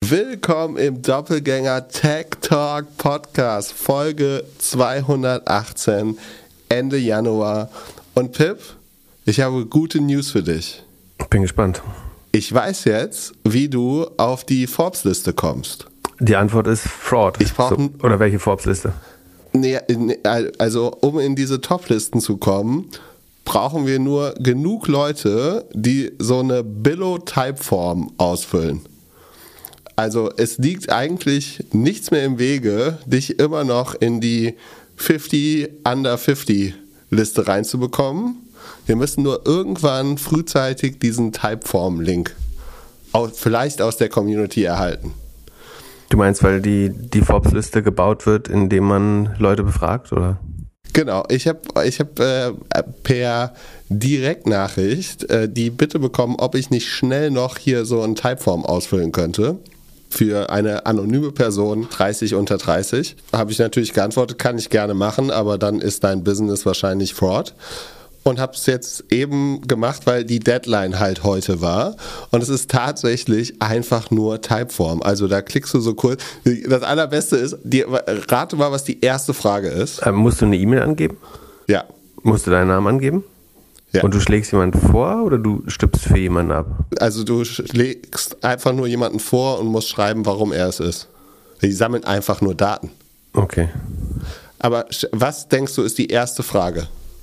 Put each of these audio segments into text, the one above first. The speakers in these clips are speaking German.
Willkommen im Doppelgänger Tech Talk Podcast, Folge 218, Ende Januar. Und Pip, ich habe gute News für dich. Bin gespannt. Ich weiß jetzt, wie du auf die Forbes-Liste kommst. Die Antwort ist Fraud. Oder welche Forbes-Liste? Nee, also um in diese Top-Listen zu kommen, brauchen wir nur genug Leute, die so eine Billo-Typeform ausfüllen. Also es liegt eigentlich nichts mehr im Wege, dich immer noch in die 50 Under 50 Liste reinzubekommen. Wir müssen nur irgendwann frühzeitig diesen Typeform-Link vielleicht aus der Community erhalten. Du meinst, weil die Forbes-Liste gebaut wird, indem man Leute befragt, oder? Genau, ich hab per Direktnachricht die Bitte bekommen, ob ich nicht schnell noch hier so ein Typeform ausfüllen könnte. Für eine anonyme Person, 30 unter 30. Habe ich natürlich geantwortet, kann ich gerne machen, aber dann ist dein Business wahrscheinlich Fraud. Und habe es jetzt eben gemacht, weil die Deadline halt heute war. Und es ist tatsächlich einfach nur Typeform. Also da klickst du so kurz. Das Allerbeste ist, rate mal, was die erste Frage ist. Musst du eine E-Mail angeben? Ja. Musst du deinen Namen angeben? Ja. Und du schlägst jemanden vor oder du stimmst für jemanden ab? Also du schlägst einfach nur jemanden vor und musst schreiben, warum er es ist. Die sammeln einfach nur Daten. Okay. Aber was denkst du ist die erste Frage?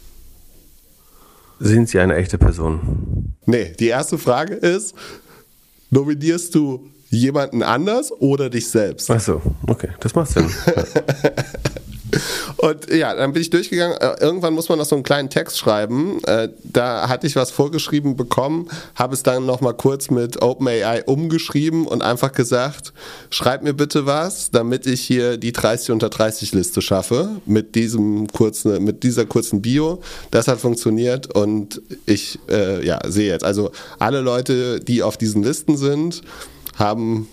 Sind sie eine echte Person? Nee, die erste Frage ist, nominierst du jemanden anders oder dich selbst? Ach so, okay, das macht Sinn. Ja. Und ja, dann bin ich durchgegangen. Irgendwann muss man noch so einen kleinen Text schreiben. Da hatte ich was vorgeschrieben bekommen, habe es dann nochmal kurz mit OpenAI umgeschrieben und einfach gesagt, schreib mir bitte was, damit ich hier die 30 unter 30 Liste schaffe mit dieser kurzen Bio. Das hat funktioniert und ich sehe jetzt, also alle Leute, die auf diesen Listen sind, haben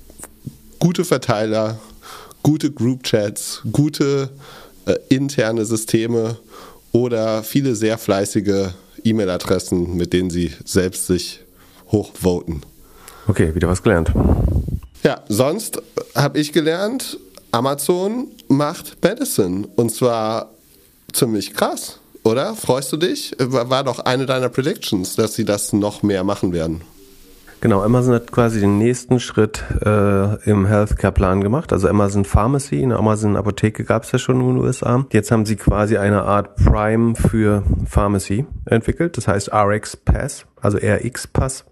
gute Verteiler, gute Group-Chats, gute interne Systeme oder viele sehr fleißige E-Mail-Adressen, mit denen sie selbst sich hochvoten. Okay, wieder was gelernt. Ja, sonst habe ich gelernt, Amazon macht Medicine und zwar ziemlich krass, oder? Freust du dich? War doch eine deiner Predictions, dass sie das noch mehr machen werden. Genau, Amazon hat quasi den nächsten Schritt im Healthcare-Plan gemacht. Also Amazon Pharmacy, eine Amazon Apotheke gab es ja schon in den USA. Jetzt haben sie quasi eine Art Prime für Pharmacy entwickelt. Das heißt RX Pass, also RX Pass.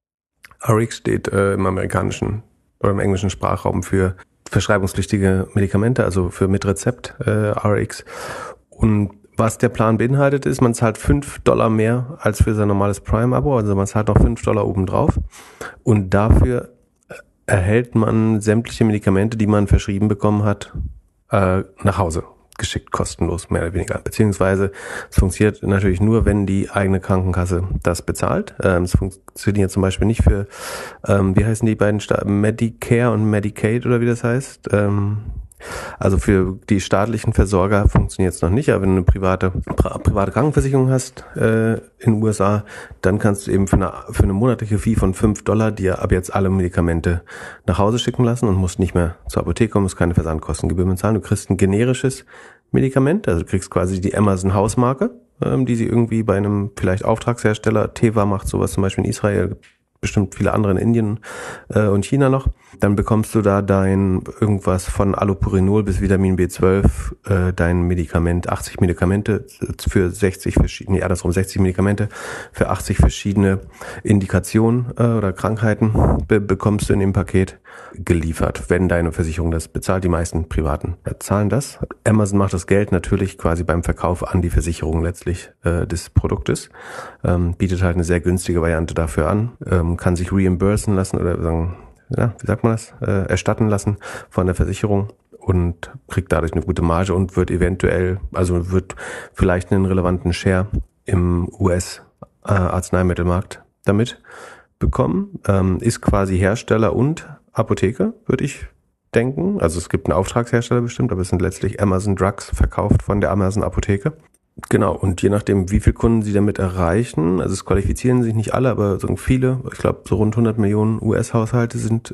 RX steht im amerikanischen oder im englischen Sprachraum für verschreibungspflichtige Medikamente, also für mit Rezept RX. Und was der Plan beinhaltet ist, man zahlt $5 mehr als für sein normales Prime-Abo, also man zahlt noch $5 obendrauf und dafür erhält man sämtliche Medikamente, die man verschrieben bekommen hat, nach Hause geschickt, kostenlos, mehr oder weniger. Beziehungsweise es funktioniert natürlich nur, wenn die eigene Krankenkasse das bezahlt. Es funktioniert zum Beispiel nicht für, wie heißen die beiden Medicare und Medicaid oder wie das heißt. Also für die staatlichen Versorger funktioniert es noch nicht, aber wenn du eine private Krankenversicherung hast in den USA, dann kannst du eben für eine monatliche Fee von $5 dir ab jetzt alle Medikamente nach Hause schicken lassen und musst nicht mehr zur Apotheke kommen, musst keine Versandkostengebühren bezahlen. Du kriegst ein generisches Medikament, also du kriegst quasi die Amazon Hausmarke, die sie irgendwie bei einem vielleicht Auftragshersteller, Teva macht sowas zum Beispiel in Israel, bestimmt viele andere in Indien und China noch. Dann bekommst du da dein irgendwas von Allopurinol bis Vitamin B12, dein Medikament, 80 Medikamente für 60 Medikamente für 80 verschiedene Indikationen oder Krankheiten bekommst du in dem Paket geliefert, wenn deine Versicherung das bezahlt. Die meisten Privaten zahlen das. Amazon macht das Geld natürlich quasi beim Verkauf an die Versicherung letztlich des Produktes, bietet halt eine sehr günstige Variante dafür an, kann sich reimbursen lassen oder sagen, ja, wie sagt man das, erstatten lassen von der Versicherung und kriegt dadurch eine gute Marge und wird vielleicht einen relevanten Share im US-Arzneimittelmarkt damit bekommen, ist quasi Hersteller und Apotheke, würde ich denken. Also es gibt einen Auftragshersteller bestimmt, aber es sind letztlich Amazon Drugs verkauft von der Amazon Apotheke. Genau, und je nachdem, wie viele Kunden sie damit erreichen, also es qualifizieren sich nicht alle, aber so viele, ich glaube so rund 100 Millionen US-Haushalte sind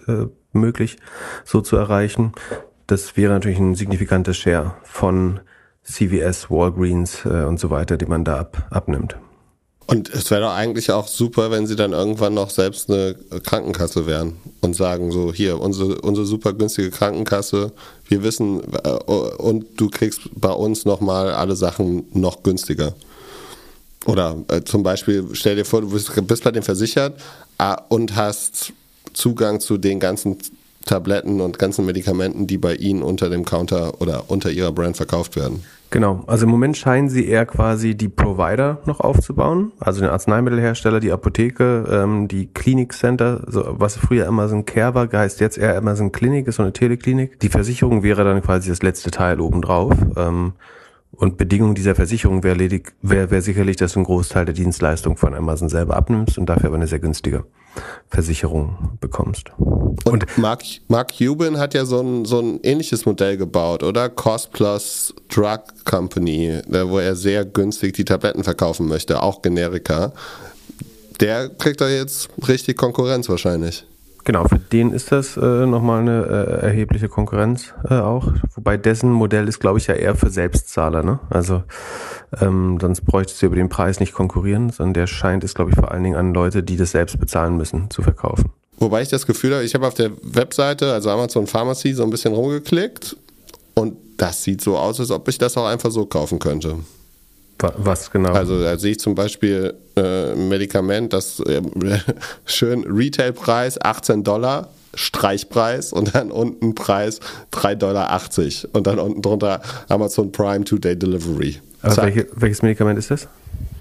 möglich, so zu erreichen. Das wäre natürlich ein signifikantes Share von CVS, Walgreens und so weiter, die man da abnimmt. Und es wäre doch eigentlich auch super, wenn sie dann irgendwann noch selbst eine Krankenkasse wären und sagen so, hier, unsere super günstige Krankenkasse, wir wissen, und du kriegst bei uns nochmal alle Sachen noch günstiger. Oder zum Beispiel, stell dir vor, du bist bei dem versichert und hast Zugang zu den ganzen Tabletten und ganzen Medikamenten, die bei ihnen unter dem Counter oder unter ihrer Brand verkauft werden. Genau, also im Moment scheinen sie eher quasi die Provider noch aufzubauen, also den Arzneimittelhersteller, die Apotheke, die Klinikcenter, so, was früher Amazon Care war, heißt jetzt eher Amazon Clinic, ist so eine Teleklinik. Die Versicherung wäre dann quasi das letzte Teil obendrauf. Und Bedingung dieser Versicherung wäre sicherlich, dass du einen Großteil der Dienstleistung von Amazon selber abnimmst und dafür aber eine sehr günstige Versicherung bekommst. Und Mark Cuban hat ja so ein ähnliches Modell gebaut, oder? Cost Plus Drug Company, wo er sehr günstig die Tabletten verkaufen möchte, auch Generika. Der kriegt da jetzt richtig Konkurrenz wahrscheinlich. Genau, für den ist das nochmal eine erhebliche Konkurrenz auch. Wobei dessen Modell ist, glaube ich, ja eher für Selbstzahler, ne? Also sonst bräuchtest du über den Preis nicht konkurrieren, sondern der scheint es, glaube ich, vor allen Dingen an Leute, die das selbst bezahlen müssen, zu verkaufen. Wobei ich das Gefühl habe, ich habe auf der Webseite, also Amazon Pharmacy, so ein bisschen rumgeklickt und das sieht so aus, als ob ich das auch einfach so kaufen könnte. Was genau? Also da sehe ich zum Beispiel ein Medikament, das schön Retailpreis $18, Streichpreis und dann unten Preis $3,80 und dann unten drunter Amazon Prime 2-Day Delivery. Aber welches Medikament ist das?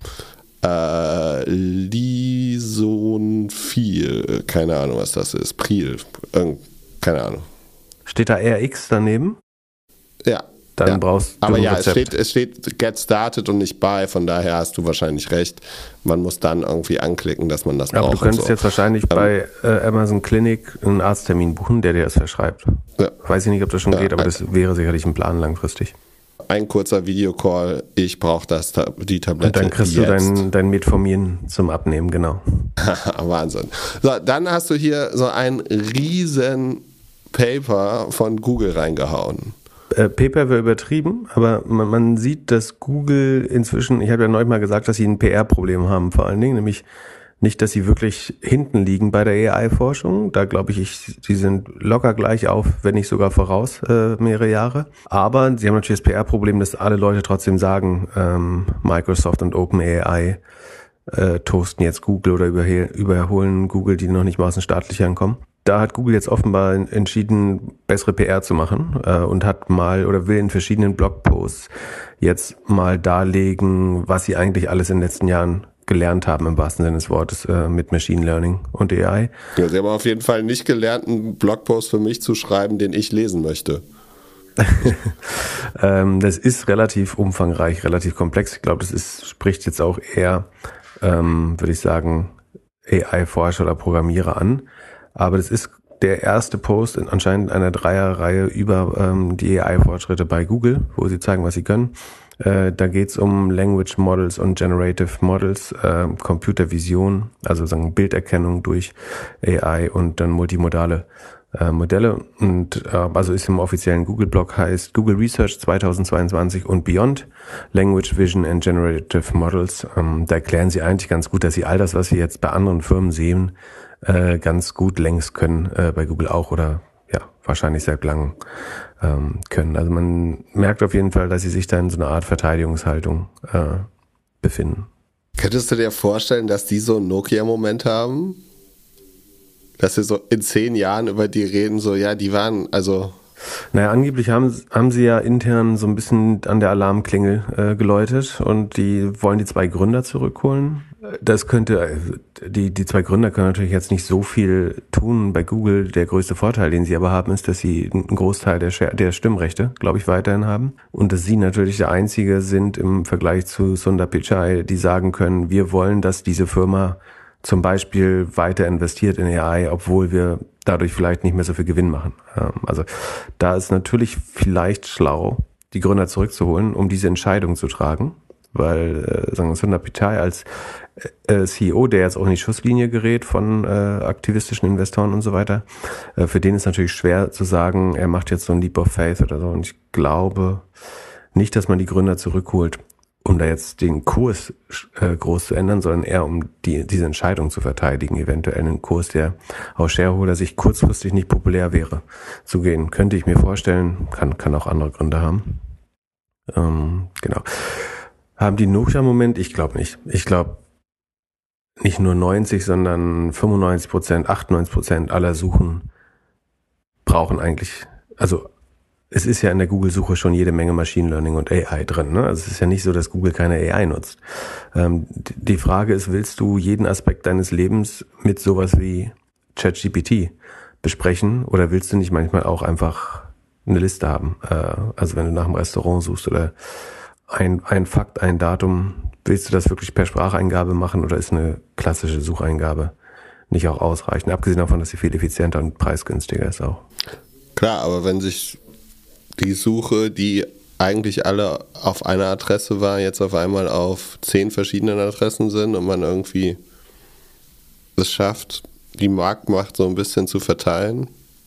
Lisonfil, keine Ahnung, was das ist. Pril, keine Ahnung. Steht da RX daneben? Ja. Dann brauchst du aber ein ja, Rezept. es steht Get Started und nicht Buy, von daher hast du wahrscheinlich recht. Man muss dann irgendwie anklicken, dass man das braucht. Aber du könntest jetzt wahrscheinlich bei Amazon Clinic einen Arzttermin buchen, der dir das verschreibt. Ja. Weiß ich nicht, ob das schon geht, aber das wäre sicherlich ein Plan langfristig. Ein kurzer Videocall, ich brauche die Tablette. Und dann kriegst du dein Metformin zum Abnehmen, genau. Wahnsinn. So, dann hast du hier so ein riesen Paper von Google reingehauen. Paper wäre übertrieben, aber man sieht, dass Google inzwischen, ich habe ja neulich mal gesagt, dass sie ein PR-Problem haben vor allen Dingen, nämlich nicht, dass sie wirklich hinten liegen bei der AI-Forschung. Da glaube ich, sie sind locker gleich auf, wenn nicht sogar voraus, mehrere Jahre. Aber sie haben natürlich das PR-Problem, dass alle Leute trotzdem sagen, Microsoft und OpenAI toasten jetzt Google oder überholen Google, die noch nicht mal aus den Staatlichen kommen. Da hat Google jetzt offenbar entschieden, bessere PR zu machen und hat mal oder will in verschiedenen Blogposts jetzt mal darlegen, was sie eigentlich alles in den letzten Jahren gelernt haben, im wahrsten Sinne des Wortes, mit Machine Learning und AI. Ja, sie haben auf jeden Fall nicht gelernt, einen Blogpost für mich zu schreiben, den ich lesen möchte. Das ist relativ umfangreich, relativ komplex. Ich glaube, spricht jetzt auch eher, würde ich sagen, AI-Forscher oder Programmierer an. Aber das ist der erste Post anscheinend einer Dreierreihe über die AI-Fortschritte bei Google, wo sie zeigen, was sie können. Da geht's um Language Models und Generative Models, Computervision, also sagen Bilderkennung durch AI und dann multimodale Modelle. Und also ist im offiziellen Google-Blog, heißt Google Research 2022 und Beyond, Language Vision and Generative Models. Da erklären sie eigentlich ganz gut, dass sie all das, was sie jetzt bei anderen Firmen sehen, ganz gut längst können, bei Google auch oder ja, wahrscheinlich seit langem können. Also man merkt auf jeden Fall, dass sie sich da in so einer Art Verteidigungshaltung befinden. Könntest du dir vorstellen, dass die so einen Nokia-Moment haben? Dass wir so in 10 Jahren über die reden, so ja, die waren, also... Naja, angeblich haben sie ja intern so ein bisschen an der Alarmklingel geläutet und die wollen die 2 Gründer zurückholen. Das könnte, die 2 Gründer können natürlich jetzt nicht so viel tun bei Google. Der größte Vorteil, den sie aber haben, ist, dass sie einen Großteil der Stimmrechte, glaube ich, weiterhin haben. Und dass sie natürlich der Einzige sind im Vergleich zu Sundar Pichai, die sagen können, wir wollen, dass diese Firma zum Beispiel weiter investiert in AI, obwohl wir dadurch vielleicht nicht mehr so viel Gewinn machen. Also da ist natürlich vielleicht schlau, die Gründer zurückzuholen, um diese Entscheidung zu tragen. weil Sundar Pichai als CEO, der jetzt auch in die Schusslinie gerät von aktivistischen Investoren und so weiter, für den ist natürlich schwer zu sagen, er macht jetzt so ein Leap of Faith oder so. Und ich glaube nicht, dass man die Gründer zurückholt, um da jetzt den Kurs groß zu ändern, sondern eher um diese Entscheidung zu verteidigen, eventuell einen Kurs, der aus Shareholder-Sicht kurzfristig nicht populär wäre, zu gehen. Könnte ich mir vorstellen, kann auch andere Gründe haben. Genau. Haben die Nokia im Moment? Ich glaube nicht. Ich glaube, nicht nur 90, sondern 95%, 98% aller Suchen brauchen eigentlich, also es ist ja in der Google-Suche schon jede Menge Machine Learning und AI drin, ne? Also es ist ja nicht so, dass Google keine AI nutzt. Die Frage ist, willst du jeden Aspekt deines Lebens mit sowas wie ChatGPT besprechen oder willst du nicht manchmal auch einfach eine Liste haben? Also wenn du nach einem Restaurant suchst oder ein Fakt, ein Datum, willst du das wirklich per Spracheingabe machen oder ist eine klassische Sucheingabe nicht auch ausreichend? Abgesehen davon, dass sie viel effizienter und preisgünstiger ist auch. Klar, aber wenn sich die Suche, die eigentlich alle auf einer Adresse war, jetzt auf einmal auf 10 verschiedenen Adressen sind und man irgendwie es schafft, die Marktmacht so ein bisschen zu verteilen,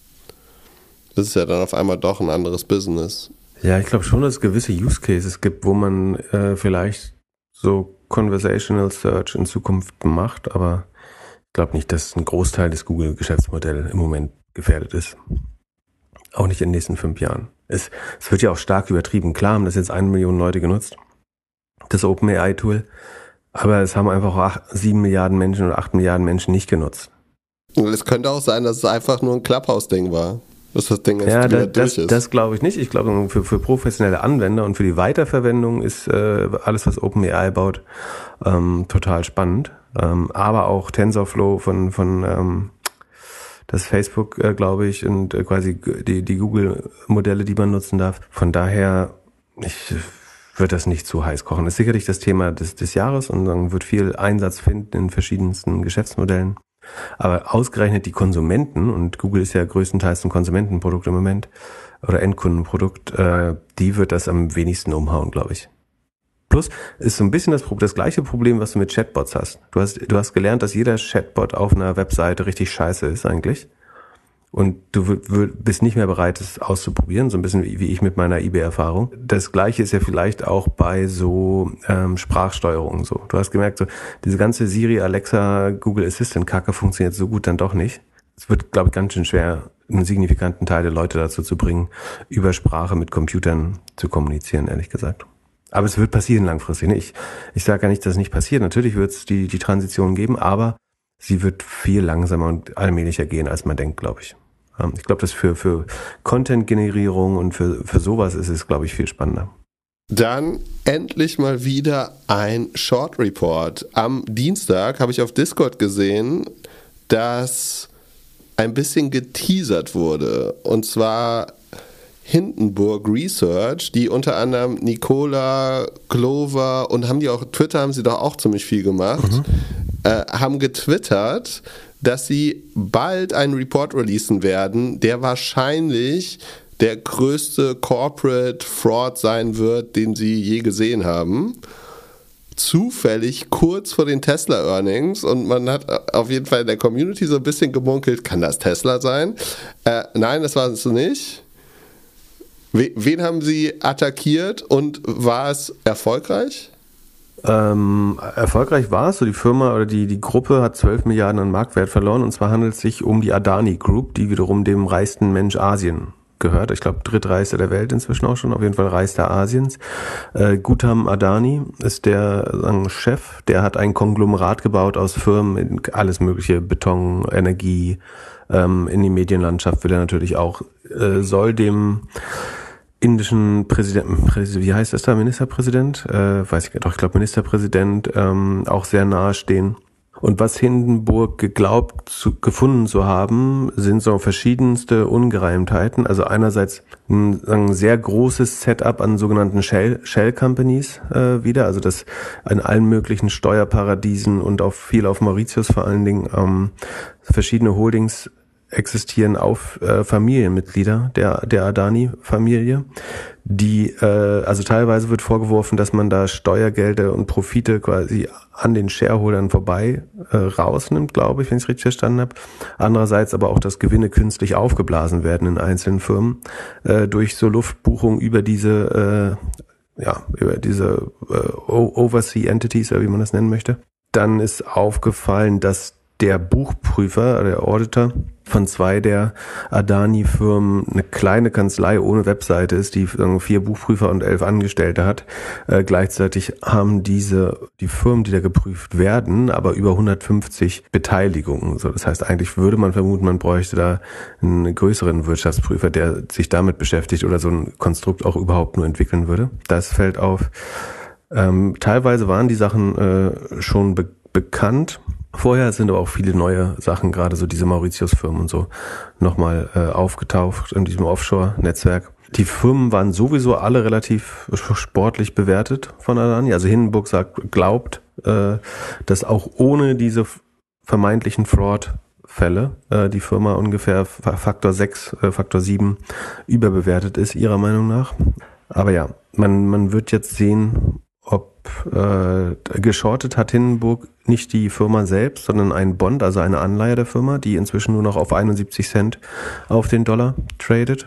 das ist ja dann auf einmal doch ein anderes Business. Ja, ich glaube schon, dass es gewisse Use Cases gibt, wo man vielleicht so Conversational Search in Zukunft macht, aber ich glaube nicht, dass ein Großteil des Google-Geschäftsmodells im Moment gefährdet ist. Auch nicht in den nächsten 5 Jahren. Es wird ja auch stark übertrieben. Klar haben das jetzt 1 Million Leute genutzt, das OpenAI-Tool, aber es haben einfach auch 7 Milliarden Menschen oder 8 Milliarden Menschen nicht genutzt. Und es könnte auch sein, dass es einfach nur ein Clubhouse-Ding war. Dass das Ding jetzt wieder durch ist. Das glaube ich nicht. Ich glaube, für professionelle Anwender und für die Weiterverwendung ist alles, was OpenAI baut, total spannend. Aber auch TensorFlow von das Facebook, glaube ich, und quasi die Google-Modelle, die man nutzen darf. Von daher, ich würde das nicht zu heiß kochen. Das ist sicherlich das Thema des Jahres und dann wird viel Einsatz finden in verschiedensten Geschäftsmodellen. Aber ausgerechnet die Konsumenten, und Google ist ja größtenteils ein Konsumentenprodukt im Moment, oder Endkundenprodukt, die wird das am wenigsten umhauen, glaube ich. Plus ist so ein bisschen das gleiche Problem, was du mit Chatbots hast. Du hast gelernt, dass jeder Chatbot auf einer Webseite richtig scheiße ist eigentlich. Und du bist nicht mehr bereit, es auszuprobieren, so ein bisschen wie ich mit meiner eBay-Erfahrung. Das Gleiche ist ja vielleicht auch bei so Sprachsteuerung so. Du hast gemerkt, so diese ganze Siri, Alexa, Google Assistant-Kacke funktioniert so gut dann doch nicht. Es wird, glaube ich, ganz schön schwer, einen signifikanten Teil der Leute dazu zu bringen, über Sprache mit Computern zu kommunizieren, ehrlich gesagt. Aber es wird passieren langfristig. Ne? Ich sage gar nicht, dass es nicht passiert. Natürlich wird es die Transition geben, aber sie wird viel langsamer und allmählicher gehen, als man denkt, glaube ich. Ich glaube, das für Content-Generierung und für sowas ist es, glaube ich, viel spannender. Dann endlich mal wieder ein Short Report. Am Dienstag habe ich auf Discord gesehen, dass ein bisschen geteasert wurde. Und zwar Hindenburg Research, die unter anderem Nicola, Clover und Twitter haben sie doch auch ziemlich viel gemacht, haben getwittert, dass sie bald einen Report releasen werden, der wahrscheinlich der größte Corporate Fraud sein wird, den sie je gesehen haben. Zufällig kurz vor den Tesla Earnings und man hat auf jeden Fall in der Community so ein bisschen gemunkelt, kann das Tesla sein? Nein, das war es nicht. Wen haben sie attackiert und war es erfolgreich? Erfolgreich war es. So die Firma oder die Gruppe hat 12 Milliarden an Marktwert verloren und zwar handelt es sich um die Adani Group, die wiederum dem reichsten Mensch Asien gehört. Ich glaube, drittreichster der Welt inzwischen auch schon, auf jeden Fall reichster Asiens. Gautam Adani ist der Chef, der hat ein Konglomerat gebaut aus Firmen, alles mögliche, Beton, Energie, in die Medienlandschaft will er natürlich auch, soll dem indischen Präsidenten, wie heißt das da, Ministerpräsident? Weiß ich nicht, doch, ich glaube Ministerpräsident, auch sehr nahe stehen. Und was Hindenburg gefunden zu haben, sind so verschiedenste Ungereimtheiten. Also einerseits ein sehr großes Setup an sogenannten Shell Companies wieder, also das an allen möglichen Steuerparadiesen und viel auf Mauritius vor allen Dingen verschiedene Holdings existieren auch Familienmitglieder der Adani-Familie, die, also teilweise wird vorgeworfen, dass man da Steuergelder und Profite quasi an den Shareholdern vorbei rausnimmt, glaube ich, wenn ich es richtig verstanden habe. Andererseits aber auch, dass Gewinne künstlich aufgeblasen werden in einzelnen Firmen durch so Luftbuchungen über diese Oversea Entities, oder wie man das nennen möchte. Dann ist aufgefallen, dass der Buchprüfer, der Auditor von 2 der Adani-Firmen eine kleine Kanzlei ohne Webseite ist, die 4 Buchprüfer und 11 Angestellte hat. Gleichzeitig haben die Firmen, die da geprüft werden, aber über 150 Beteiligungen. So, das heißt, eigentlich würde man vermuten, man bräuchte da einen größeren Wirtschaftsprüfer, der sich damit beschäftigt oder so ein Konstrukt auch überhaupt nur entwickeln würde. Das fällt auf. Teilweise waren die Sachen schon bekannt. Vorher sind aber auch viele neue Sachen, gerade so diese Mauritius-Firmen und so, nochmal aufgetaucht in diesem Offshore-Netzwerk. Die Firmen waren sowieso alle relativ sportlich bewertet von Adani. Also Hindenburg glaubt, dass auch ohne diese vermeintlichen Fraud-Fälle die Firma ungefähr Faktor 6, Faktor 7 überbewertet ist, ihrer Meinung nach. Aber ja, man wird jetzt sehen, ob geschortet hat Hindenburg nicht die Firma selbst, sondern einen Bond, also eine Anleihe der Firma, die inzwischen nur noch auf 71 Cent auf den Dollar tradet.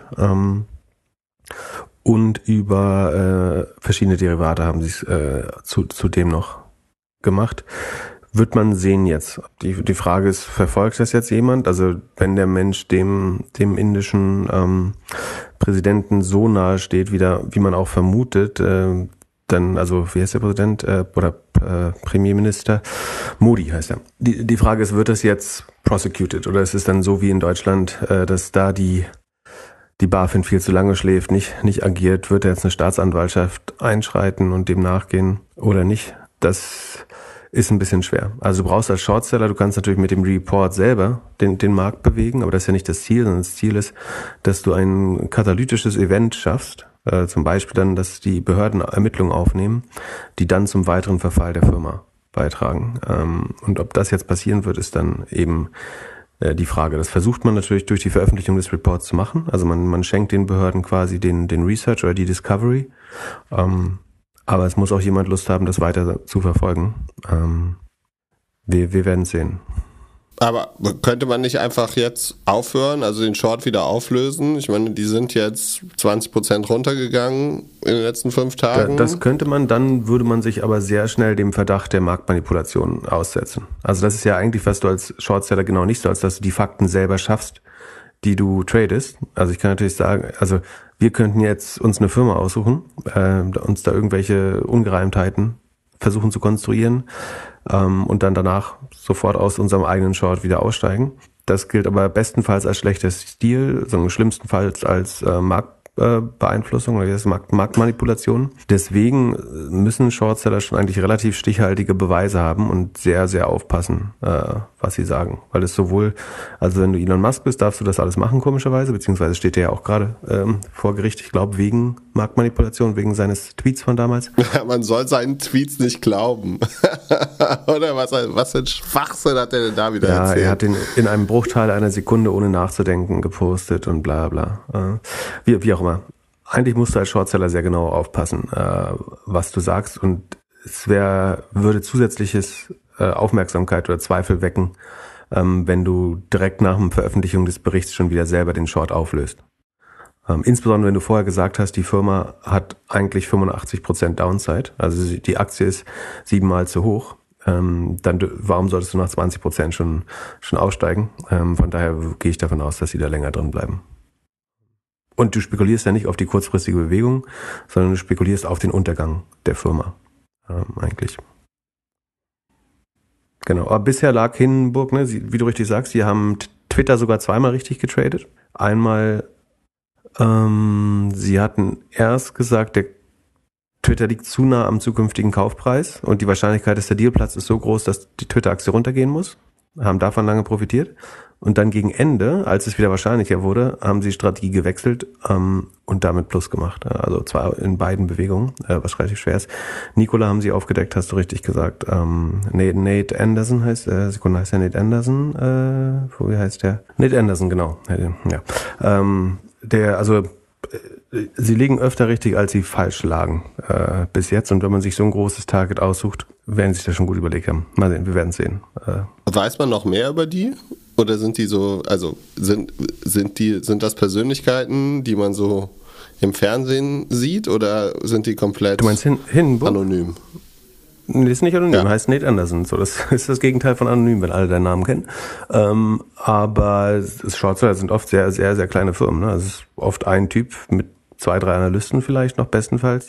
Und über verschiedene Derivate haben sie es zudem noch gemacht. Wird man sehen jetzt. Die Frage ist, verfolgt das jetzt jemand? Also wenn der Mensch dem indischen Präsidenten so nahe steht, wie man auch vermutet, dann, also wie heißt der Präsident Premierminister? Modi heißt er. Die Frage ist, wird das jetzt prosecuted oder ist es dann so wie in Deutschland, dass da die BaFin viel zu lange schläft, nicht agiert? Wird da jetzt eine Staatsanwaltschaft einschreiten und dem nachgehen oder nicht? Das ist ein bisschen schwer. Also du brauchst als Shortseller, du kannst natürlich mit dem Report selber den Markt bewegen, aber das ist ja nicht das Ziel, sondern das Ziel ist, dass du ein katalytisches Event schaffst, zum Beispiel dann, dass die Behörden Ermittlungen aufnehmen, die dann zum weiteren Verfall der Firma beitragen. Und ob das jetzt passieren wird, ist dann eben die Frage. Das versucht man natürlich durch die Veröffentlichung des Reports zu machen. Also man schenkt den Behörden quasi den Research oder die Discovery. Aber es muss auch jemand Lust haben, das weiter zu verfolgen. Wir werden es sehen. Aber könnte man nicht einfach jetzt aufhören, also den Short wieder auflösen? Ich meine, die sind jetzt 20% runtergegangen in den letzten 5 Tagen. Das könnte man, dann würde man sich aber sehr schnell dem Verdacht der Marktmanipulation aussetzen. Also das ist ja eigentlich, was du als Shortseller genau nicht sollst, dass du die Fakten selber schaffst, die du tradest. Also ich kann natürlich sagen, also wir könnten jetzt uns eine Firma aussuchen, uns da irgendwelche Ungereimtheiten versuchen zu konstruieren und dann danach sofort aus unserem eigenen Short wieder aussteigen. Das gilt aber bestenfalls als schlechter Stil, sondern schlimmstenfalls als Marktbeeinflussung oder Marktmanipulation. Deswegen müssen Shortseller schon eigentlich relativ stichhaltige Beweise haben und sehr, sehr aufpassen, was sie sagen. Weil es sowohl, also wenn du Elon Musk bist, darfst du das alles machen, komischerweise, beziehungsweise steht der ja auch gerade vor Gericht, ich glaube, wegen Marktmanipulation, wegen seines Tweets von damals. Ja, man soll seinen Tweets nicht glauben. Oder was für ein Schwachsinn hat er denn da wieder erzählt? Ja, er hat den in einem Bruchteil einer Sekunde ohne nachzudenken gepostet und bla bla. Wie auch immer. Eigentlich musst du als Shortseller sehr genau aufpassen, was du sagst, und es würde zusätzliches Aufmerksamkeit oder Zweifel wecken, wenn du direkt nach der Veröffentlichung des Berichts schon wieder selber den Short auflöst. Insbesondere wenn du vorher gesagt hast, die Firma hat eigentlich 85% Downside, also die Aktie ist 7-mal zu hoch, dann warum solltest du nach 20% schon aussteigen? Von daher gehe ich davon aus, dass sie da länger drin bleiben. Und du spekulierst ja nicht auf die kurzfristige Bewegung, sondern du spekulierst auf den Untergang der Firma, eigentlich. Genau, aber bisher lag Hindenburg, ne, wie du richtig sagst, sie haben Twitter sogar 2-mal richtig getradet. Einmal, sie hatten erst gesagt, der Twitter liegt zu nah am zukünftigen Kaufpreis und die Wahrscheinlichkeit, dass der Deal platzt, ist so groß, dass die Twitter-Aktie runtergehen muss. haben davon lange profitiert. Und dann gegen Ende, als es wieder wahrscheinlicher wurde, haben sie Strategie gewechselt und damit Plus gemacht. Also zwar in beiden Bewegungen, was relativ schwer ist. Nikola haben sie aufgedeckt, hast du richtig gesagt. Nate Anderson heißt ja Nate Anderson. Wie heißt der? Nate Anderson, genau. Ja. Sie liegen öfter richtig, als sie falsch lagen bis jetzt. Und wenn man sich so ein großes Target aussucht, werden sie sich das schon gut überlegt haben. Mal sehen, wir werden es sehen. Weiß man noch mehr über die? Oder sind die so, also sind das Persönlichkeiten, die man so im Fernsehen sieht, oder sind die komplett anonym? Nee, ist nicht anonym, heißt Nate Anderson. So, das ist das Gegenteil von anonym, wenn alle deinen Namen kennen. Aber Shortseller sind oft sehr, sehr, sehr kleine Firmen. Ne? Es ist oft ein Typ mit 2, 3 Analysten vielleicht noch bestenfalls.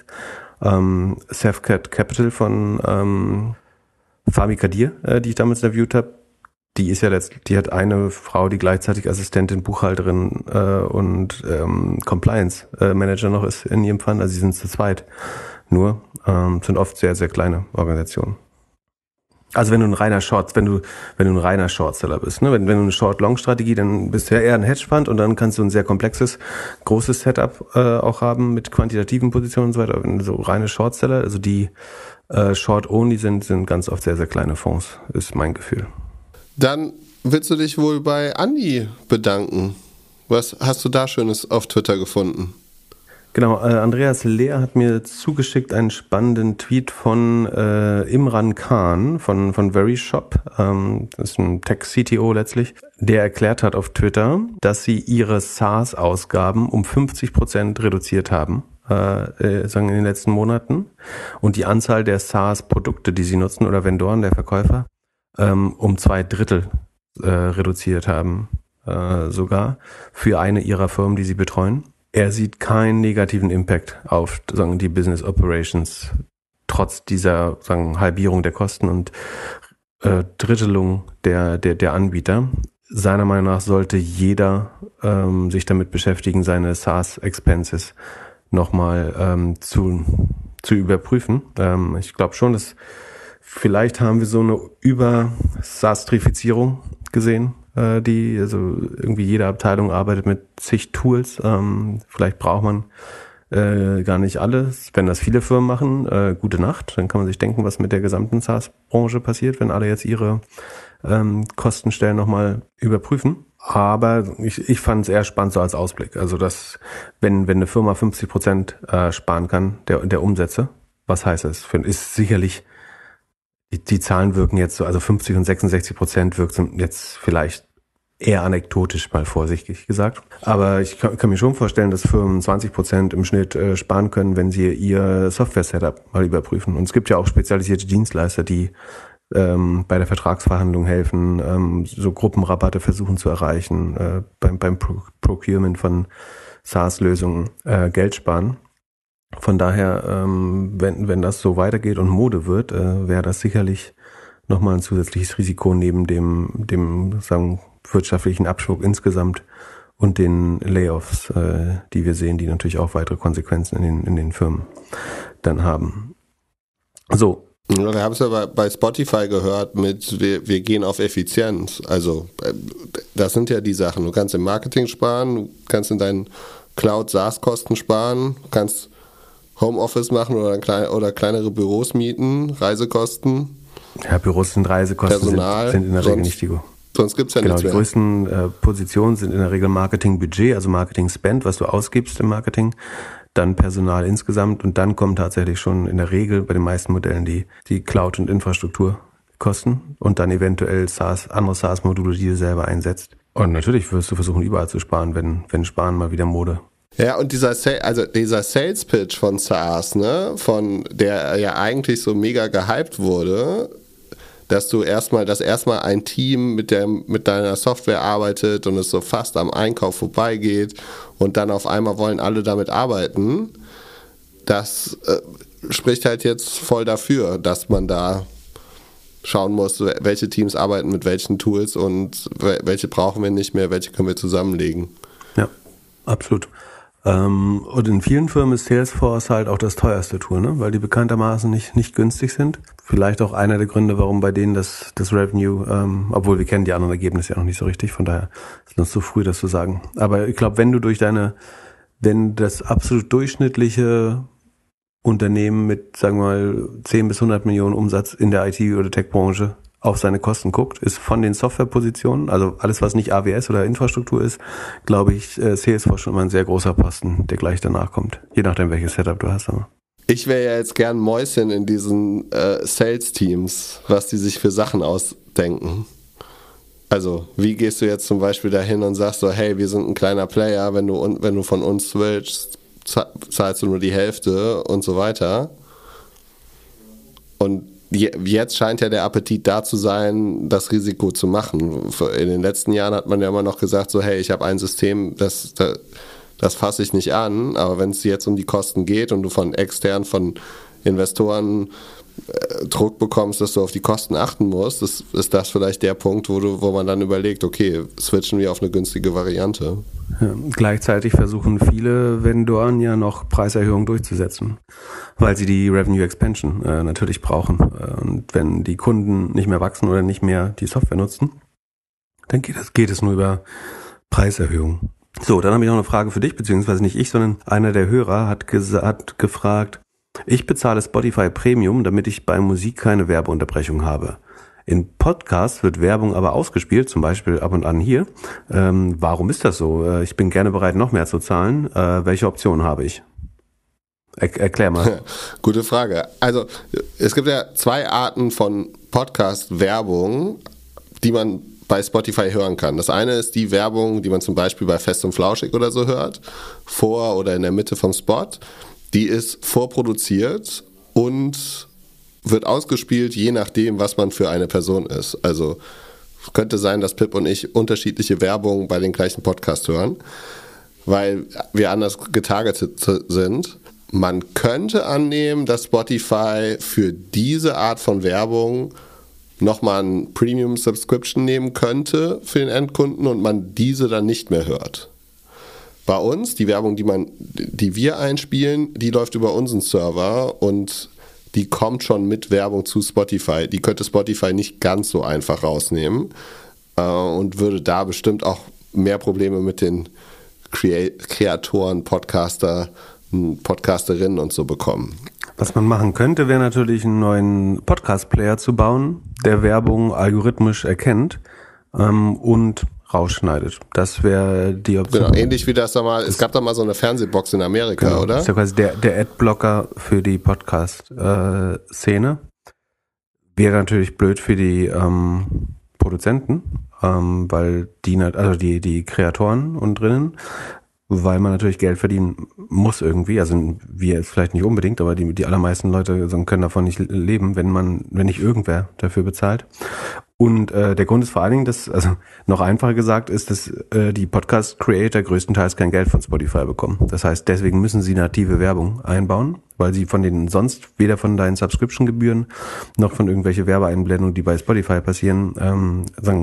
Safecat Capital von Fami Kadir, die ich damals interviewt habe, die hat eine Frau, die gleichzeitig Assistentin, Buchhalterin und Compliance Manager noch ist in ihrem Fund. Also sie sind zu zweit. Nur sind oft sehr, sehr kleine Organisationen. Also wenn du ein reiner Shortseller bist, ne? Wenn du eine Short-Long-Strategie, dann bist du ja eher ein Hedgefund und dann kannst du ein sehr komplexes, großes Setup auch haben mit quantitativen Positionen und so weiter. Wenn du so reine Shortseller, also die Short-Only sind ganz oft sehr, sehr kleine Fonds, ist mein Gefühl. Dann willst du dich wohl bei Andi bedanken. Was hast du da Schönes auf Twitter gefunden? Genau, Andreas Lehr hat mir zugeschickt einen spannenden Tweet von Imran Khan von Veryshop, das ist ein Tech-CTO letztlich, der erklärt hat auf Twitter, dass sie ihre SaaS-Ausgaben um 50% reduziert haben, sagen in den letzten Monaten, und die Anzahl der SaaS-Produkte, die sie nutzen, oder Vendoren, der Verkäufer, um 2/3 reduziert haben, sogar für eine ihrer Firmen, die sie betreuen. Er sieht keinen negativen Impact auf, sagen, die Business Operations, trotz dieser, sagen, Halbierung der Kosten und Drittelung der Anbieter. Seiner Meinung nach sollte jeder sich damit beschäftigen, seine SaaS-Expenses nochmal zu überprüfen. Ich glaube schon, dass vielleicht haben wir so eine Über-SaaStrifizierung gesehen, also irgendwie jede Abteilung arbeitet mit zig Tools. Vielleicht braucht man gar nicht alles. Wenn das viele Firmen machen, gute Nacht. Dann kann man sich denken, was mit der gesamten SaaS-Branche passiert, wenn alle jetzt ihre Kostenstellen nochmal überprüfen. Aber ich fand es eher spannend so als Ausblick. Also dass, wenn eine Firma 50% sparen kann, der Umsätze, was heißt das? Ist sicherlich, die Zahlen wirken jetzt so, also 50 und 66% wirkt jetzt vielleicht eher anekdotisch, mal vorsichtig gesagt. Aber ich kann mir schon vorstellen, dass Firmen 20% im Schnitt sparen können, wenn sie ihr Software-Setup mal überprüfen. Und es gibt ja auch spezialisierte Dienstleister, die bei der Vertragsverhandlung helfen, so Gruppenrabatte versuchen zu erreichen, beim Procurement von SaaS-Lösungen Geld sparen. Von daher, wenn das so weitergeht und Mode wird, wäre das sicherlich nochmal ein zusätzliches Risiko neben dem sagen, wirtschaftlichen Abschwung insgesamt und den Layoffs, die wir sehen, die natürlich auch weitere Konsequenzen in den Firmen dann haben. So. Wir haben es ja bei Spotify gehört mit wir gehen auf Effizienz. Also das sind ja die Sachen. Du kannst im Marketing sparen, du kannst in deinen Cloud-SaaS-Kosten sparen, du kannst Homeoffice machen oder kleinere Büros mieten, Reisekosten. Ja, Büros sind Reisekosten, Personal, sind in der Regel nicht die. Sonst gibt es ja nichts mehr. Die größten Positionen sind in der Regel Marketing-Budget, also Marketing-Spend, was du ausgibst im Marketing, dann Personal insgesamt und dann kommen tatsächlich schon in der Regel bei den meisten Modellen die Cloud- und Infrastrukturkosten und dann eventuell andere SaaS-Module, die du selber einsetzt. Und natürlich wirst du versuchen, überall zu sparen, wenn Sparen mal wieder Mode. Ja, und dieser Sales-Pitch von SaaS, ne, von der ja eigentlich so mega gehypt wurde, dass erstmal ein Team mit deiner Software arbeitet und es so fast am Einkauf vorbeigeht und dann auf einmal wollen alle damit arbeiten, das spricht halt jetzt voll dafür, dass man da schauen muss, welche Teams arbeiten mit welchen Tools und welche brauchen wir nicht mehr, welche können wir zusammenlegen. Ja, absolut. Und in vielen Firmen ist Salesforce halt auch das teuerste Tool, ne? Weil die bekanntermaßen nicht günstig sind. Vielleicht auch einer der Gründe, warum bei denen das Revenue, obwohl wir kennen die anderen Ergebnisse ja noch nicht so richtig, von daher ist es noch zu früh, das zu sagen. Aber ich glaube, wenn das absolut durchschnittliche Unternehmen mit, sagen wir mal, 10 bis 100 Millionen Umsatz in der IT- oder Tech-Branche auf seine Kosten guckt, ist von den Softwarepositionen, also alles, was nicht AWS oder Infrastruktur ist, glaube ich, Salesforce schon mal ein sehr großer Posten, der gleich danach kommt. Je nachdem, welches Setup du hast. Aber. Ich wäre ja jetzt gern Mäuschen in diesen Sales-Teams, was die sich für Sachen ausdenken. Also, wie gehst du jetzt zum Beispiel dahin und sagst so, hey, wir sind ein kleiner Player, wenn du von uns switchst, zahlst du nur die Hälfte und so weiter. Und jetzt scheint ja der Appetit da zu sein, das Risiko zu machen. In den letzten Jahren hat man ja immer noch gesagt, so hey, ich habe ein System, das fasse ich nicht an, aber wenn es jetzt um die Kosten geht und du von extern, von Investoren Druck bekommst, dass du auf die Kosten achten musst, ist das vielleicht der Punkt, wo man dann überlegt, okay, switchen wir auf eine günstige Variante. Ja, gleichzeitig versuchen viele Vendoren ja noch Preiserhöhungen durchzusetzen, weil sie die Revenue Expansion natürlich brauchen. Und wenn die Kunden nicht mehr wachsen oder nicht mehr die Software nutzen, dann geht es nur über Preiserhöhungen. So, dann habe ich noch eine Frage für dich, beziehungsweise nicht ich, sondern einer der Hörer hat gefragt, ich bezahle Spotify Premium, damit ich bei Musik keine Werbeunterbrechung habe. In Podcasts wird Werbung aber ausgespielt, zum Beispiel ab und an hier. Warum ist das so? Ich bin gerne bereit, noch mehr zu zahlen. Welche Optionen habe ich? Erklär mal. Gute Frage. Also es gibt ja 2 Arten von Podcast-Werbung, die man bei Spotify hören kann. Das eine ist die Werbung, die man zum Beispiel bei Fest und Flauschig oder so hört, vor oder in der Mitte vom Spot. Die ist vorproduziert und wird ausgespielt, je nachdem, was man für eine Person ist. Also es könnte sein, dass Pip und ich unterschiedliche Werbung bei den gleichen Podcast hören, weil wir anders getargetet sind. Man könnte annehmen, dass Spotify für diese Art von Werbung nochmal ein Premium-Subscription nehmen könnte für den Endkunden und man diese dann nicht mehr hört. Bei uns, die Werbung, die wir einspielen, die läuft über unseren Server und die kommt schon mit Werbung zu Spotify. Die könnte Spotify nicht ganz so einfach rausnehmen und würde da bestimmt auch mehr Probleme mit den Kreatoren, Podcasterinnen und so bekommen. Was man machen könnte, wäre natürlich einen neuen Podcast-Player zu bauen, der Werbung algorithmisch erkennt und rausschneidet. Das wäre die Option. Genau, ähnlich wie das da mal, es gab da mal so eine Fernsehbox in Amerika, genau, oder? Das ist ja quasi der Adblocker für die Podcast-Szene. Wäre natürlich blöd für die Produzenten, weil die Kreatoren und drinnen, weil man natürlich Geld verdienen muss irgendwie, also wir jetzt vielleicht nicht unbedingt, aber die allermeisten Leute können davon nicht leben, wenn nicht irgendwer dafür bezahlt. Und der Grund ist vor allen Dingen, also noch einfacher gesagt, ist, dass die Podcast-Creator größtenteils kein Geld von Spotify bekommen. Das heißt, deswegen müssen sie native Werbung einbauen, weil sie von denen sonst weder von deinen Subscription-Gebühren noch von irgendwelche Werbeeinblendungen, die bei Spotify passieren,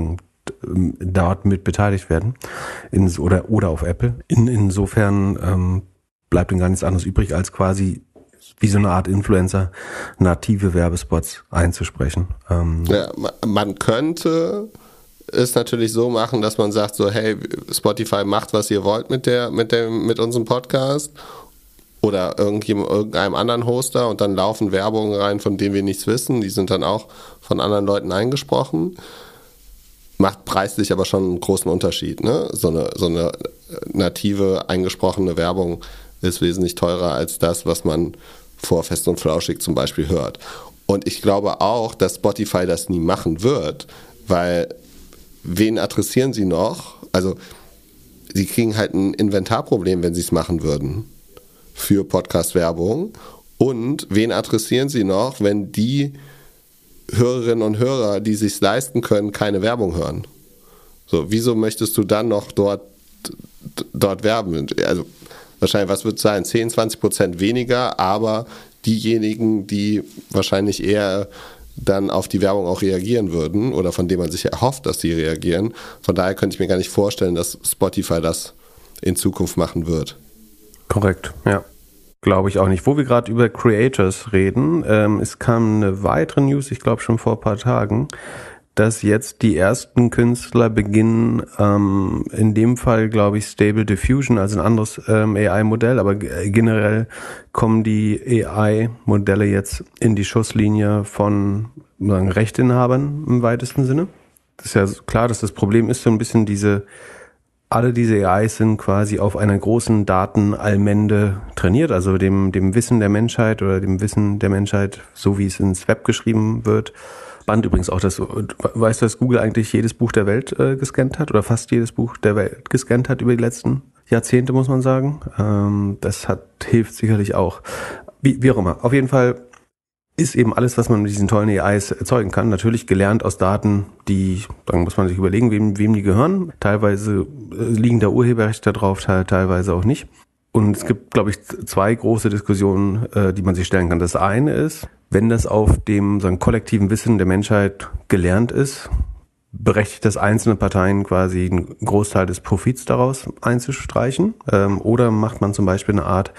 dort mit beteiligt werden. Oder auf Apple. Insofern bleibt ihnen gar nichts anderes übrig, als quasi wie so eine Art Influencer native Werbespots einzusprechen. Ja, man könnte es natürlich so machen, dass man sagt so, hey, Spotify macht, was ihr wollt mit unserem Podcast oder irgendeinem anderen Hoster und dann laufen Werbungen rein, von denen wir nichts wissen. Die sind dann auch von anderen Leuten eingesprochen. Macht preislich aber schon einen großen Unterschied. Ne? So eine native, eingesprochene Werbung ist wesentlich teurer als das, was man vor Fest und Flauschig zum Beispiel hört. Und ich glaube auch, dass Spotify das nie machen wird, weil wen adressieren sie noch? Also sie kriegen halt ein Inventarproblem, wenn sie es machen würden für Podcast-Werbung. Und wen adressieren sie noch, wenn die Hörerinnen und Hörer, die sich leisten können, keine Werbung hören? So, wieso möchtest du dann noch dort werben? Also wahrscheinlich, was wird es sein? 10-20% weniger, aber diejenigen, die wahrscheinlich eher dann auf die Werbung auch reagieren würden oder von denen man sich erhofft, dass sie reagieren. Von daher könnte ich mir gar nicht vorstellen, dass Spotify das in Zukunft machen wird. Korrekt, ja. Glaube ich auch nicht. Wo wir gerade über Creators reden, es kam eine weitere News, ich glaube schon vor ein paar Tagen, dass jetzt die ersten Künstler beginnen, in dem Fall glaube ich Stable Diffusion, also ein anderes AI-Modell, aber generell kommen die AI-Modelle jetzt in die Schusslinie von Rechteinhabern im weitesten Sinne. Das ist ja klar, dass das Problem ist so ein bisschen alle diese AIs sind quasi auf einer großen Datenallmende trainiert, also dem Wissen der Menschheit oder dem Wissen der Menschheit, so wie es ins Web geschrieben wird. Spannend übrigens auch, weißt du, dass Google eigentlich jedes Buch der Welt gescannt hat oder fast jedes Buch der Welt gescannt hat über die letzten Jahrzehnte, muss man sagen. Das hilft sicherlich auch. Wie auch immer. Auf jeden Fall ist eben alles, was man mit diesen tollen AIs erzeugen kann, natürlich gelernt aus Daten, dann muss man sich überlegen, wem die gehören. Teilweise liegen da Urheberrechte drauf, teilweise auch nicht. Und es gibt, glaube ich, zwei große Diskussionen, die man sich stellen kann. Das eine ist, wenn das auf dem kollektiven Wissen der Menschheit gelernt ist, berechtigt das einzelne Parteien quasi einen Großteil des Profits daraus einzustreichen? Oder macht man zum Beispiel eine Art,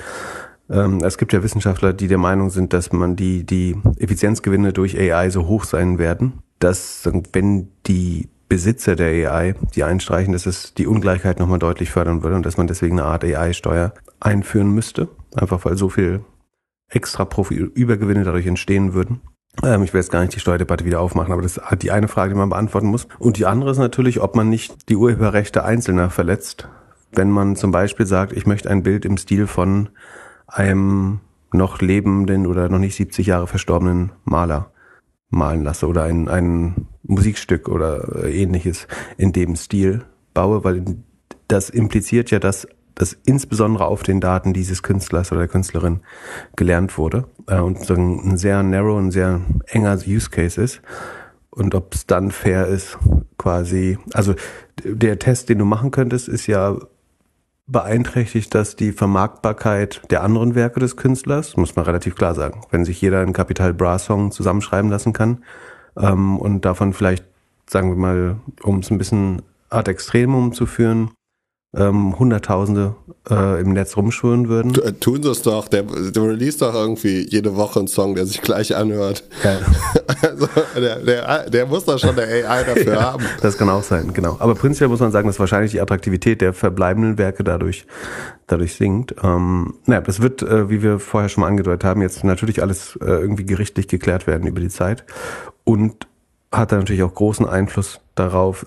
es gibt ja Wissenschaftler, die der Meinung sind, dass man die Effizienzgewinne durch AI so hoch sein werden, dass wenn die Besitzer der AI die einstreichen, dass es die Ungleichheit nochmal deutlich fördern würde und dass man deswegen eine Art AI-Steuer einführen müsste, einfach weil so viel extra Übergewinne dadurch entstehen würden. Ich will jetzt gar nicht die Steuerdebatte wieder aufmachen, aber das ist die eine Frage, die man beantworten muss. Und die andere ist natürlich, ob man nicht die Urheberrechte Einzelner verletzt, wenn man zum Beispiel sagt, ich möchte ein Bild im Stil von einem noch lebenden oder noch nicht 70 Jahre verstorbenen Maler malen lasse oder ein Musikstück oder ähnliches in dem Stil baue, weil das impliziert ja, dass das insbesondere auf den Daten dieses Künstlers oder der Künstlerin gelernt wurde und so ein sehr narrow, ein sehr enger Use Case ist. Und ob es dann fair ist, quasi, also der Test, den du machen könntest, ist ja beeinträchtigt das die Vermarktbarkeit der anderen Werke des Künstlers, muss man relativ klar sagen. Wenn sich jeder einen Capital Bra Song zusammenschreiben lassen kann und davon vielleicht, sagen wir mal, um es ein bisschen ad extremum zu führen, Hunderttausende im Netz rumschwirren würden. Tun sie es doch, der release doch irgendwie jede Woche einen Song, der sich gleich anhört. Ja. Also der muss doch schon eine AI dafür haben. Das kann auch sein, genau. Aber prinzipiell muss man sagen, dass wahrscheinlich die Attraktivität der verbleibenden Werke dadurch sinkt. Das wird, wie wir vorher schon mal angedeutet haben, jetzt natürlich alles irgendwie gerichtlich geklärt werden über die Zeit und hat dann natürlich auch großen Einfluss darauf,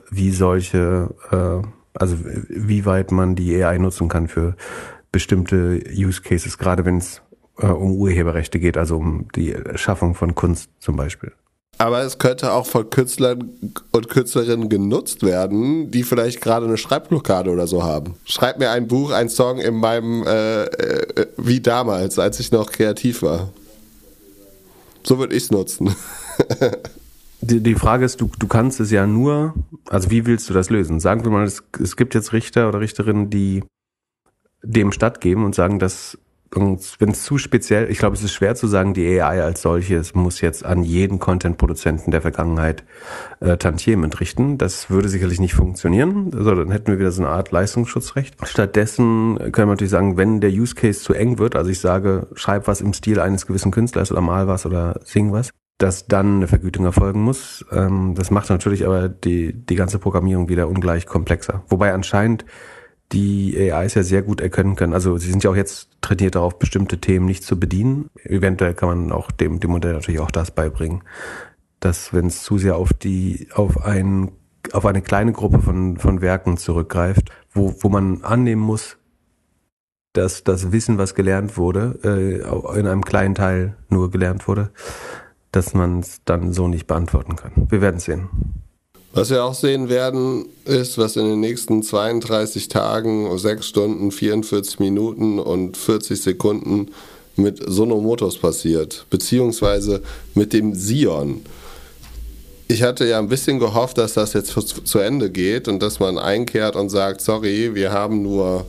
wie weit man die AI nutzen kann für bestimmte Use Cases, gerade wenn es um Urheberrechte geht, also um die Schaffung von Kunst zum Beispiel. Aber es könnte auch von Künstlern und Künstlerinnen genutzt werden, die vielleicht gerade eine Schreibblockade oder so haben. Schreib mir ein Buch, ein Song in meinem, wie damals, als ich noch kreativ war. So würde ich es nutzen. Die Frage ist, du kannst es ja nur, also wie willst du das lösen? Sagen wir mal, es gibt jetzt Richter oder Richterinnen, die dem stattgeben und sagen, dass, wenn es zu speziell, ich glaube, es ist schwer zu sagen, die AI als solches muss jetzt an jeden Content-Produzenten der Vergangenheit Tantiemen entrichten. Das würde sicherlich nicht funktionieren. Also dann hätten wir wieder so eine Art Leistungsschutzrecht. Stattdessen können wir natürlich sagen, wenn der Use Case zu eng wird, also ich sage, schreib was im Stil eines gewissen Künstlers oder mal was oder sing was, dass dann eine Vergütung erfolgen muss. Das macht natürlich aber die ganze Programmierung wieder ungleich komplexer. Wobei anscheinend die AIs ja sehr gut erkennen können. Also sie sind ja auch jetzt trainiert darauf, bestimmte Themen nicht zu bedienen. Eventuell kann man auch dem Modell natürlich auch das beibringen, dass wenn es zu sehr auf eine kleine Gruppe von Werken zurückgreift, wo man annehmen muss, dass das Wissen, was gelernt wurde, in einem kleinen Teil nur gelernt wurde, dass man es dann so nicht beantworten kann. Wir werden sehen. Was wir auch sehen werden, ist, was in den nächsten 32 Tagen, 6 Stunden, 44 Minuten und 40 Sekunden mit Sonomotors passiert, beziehungsweise mit dem Sion. Ich hatte ja ein bisschen gehofft, dass das jetzt zu Ende geht und dass man einkehrt und sagt, sorry, wir haben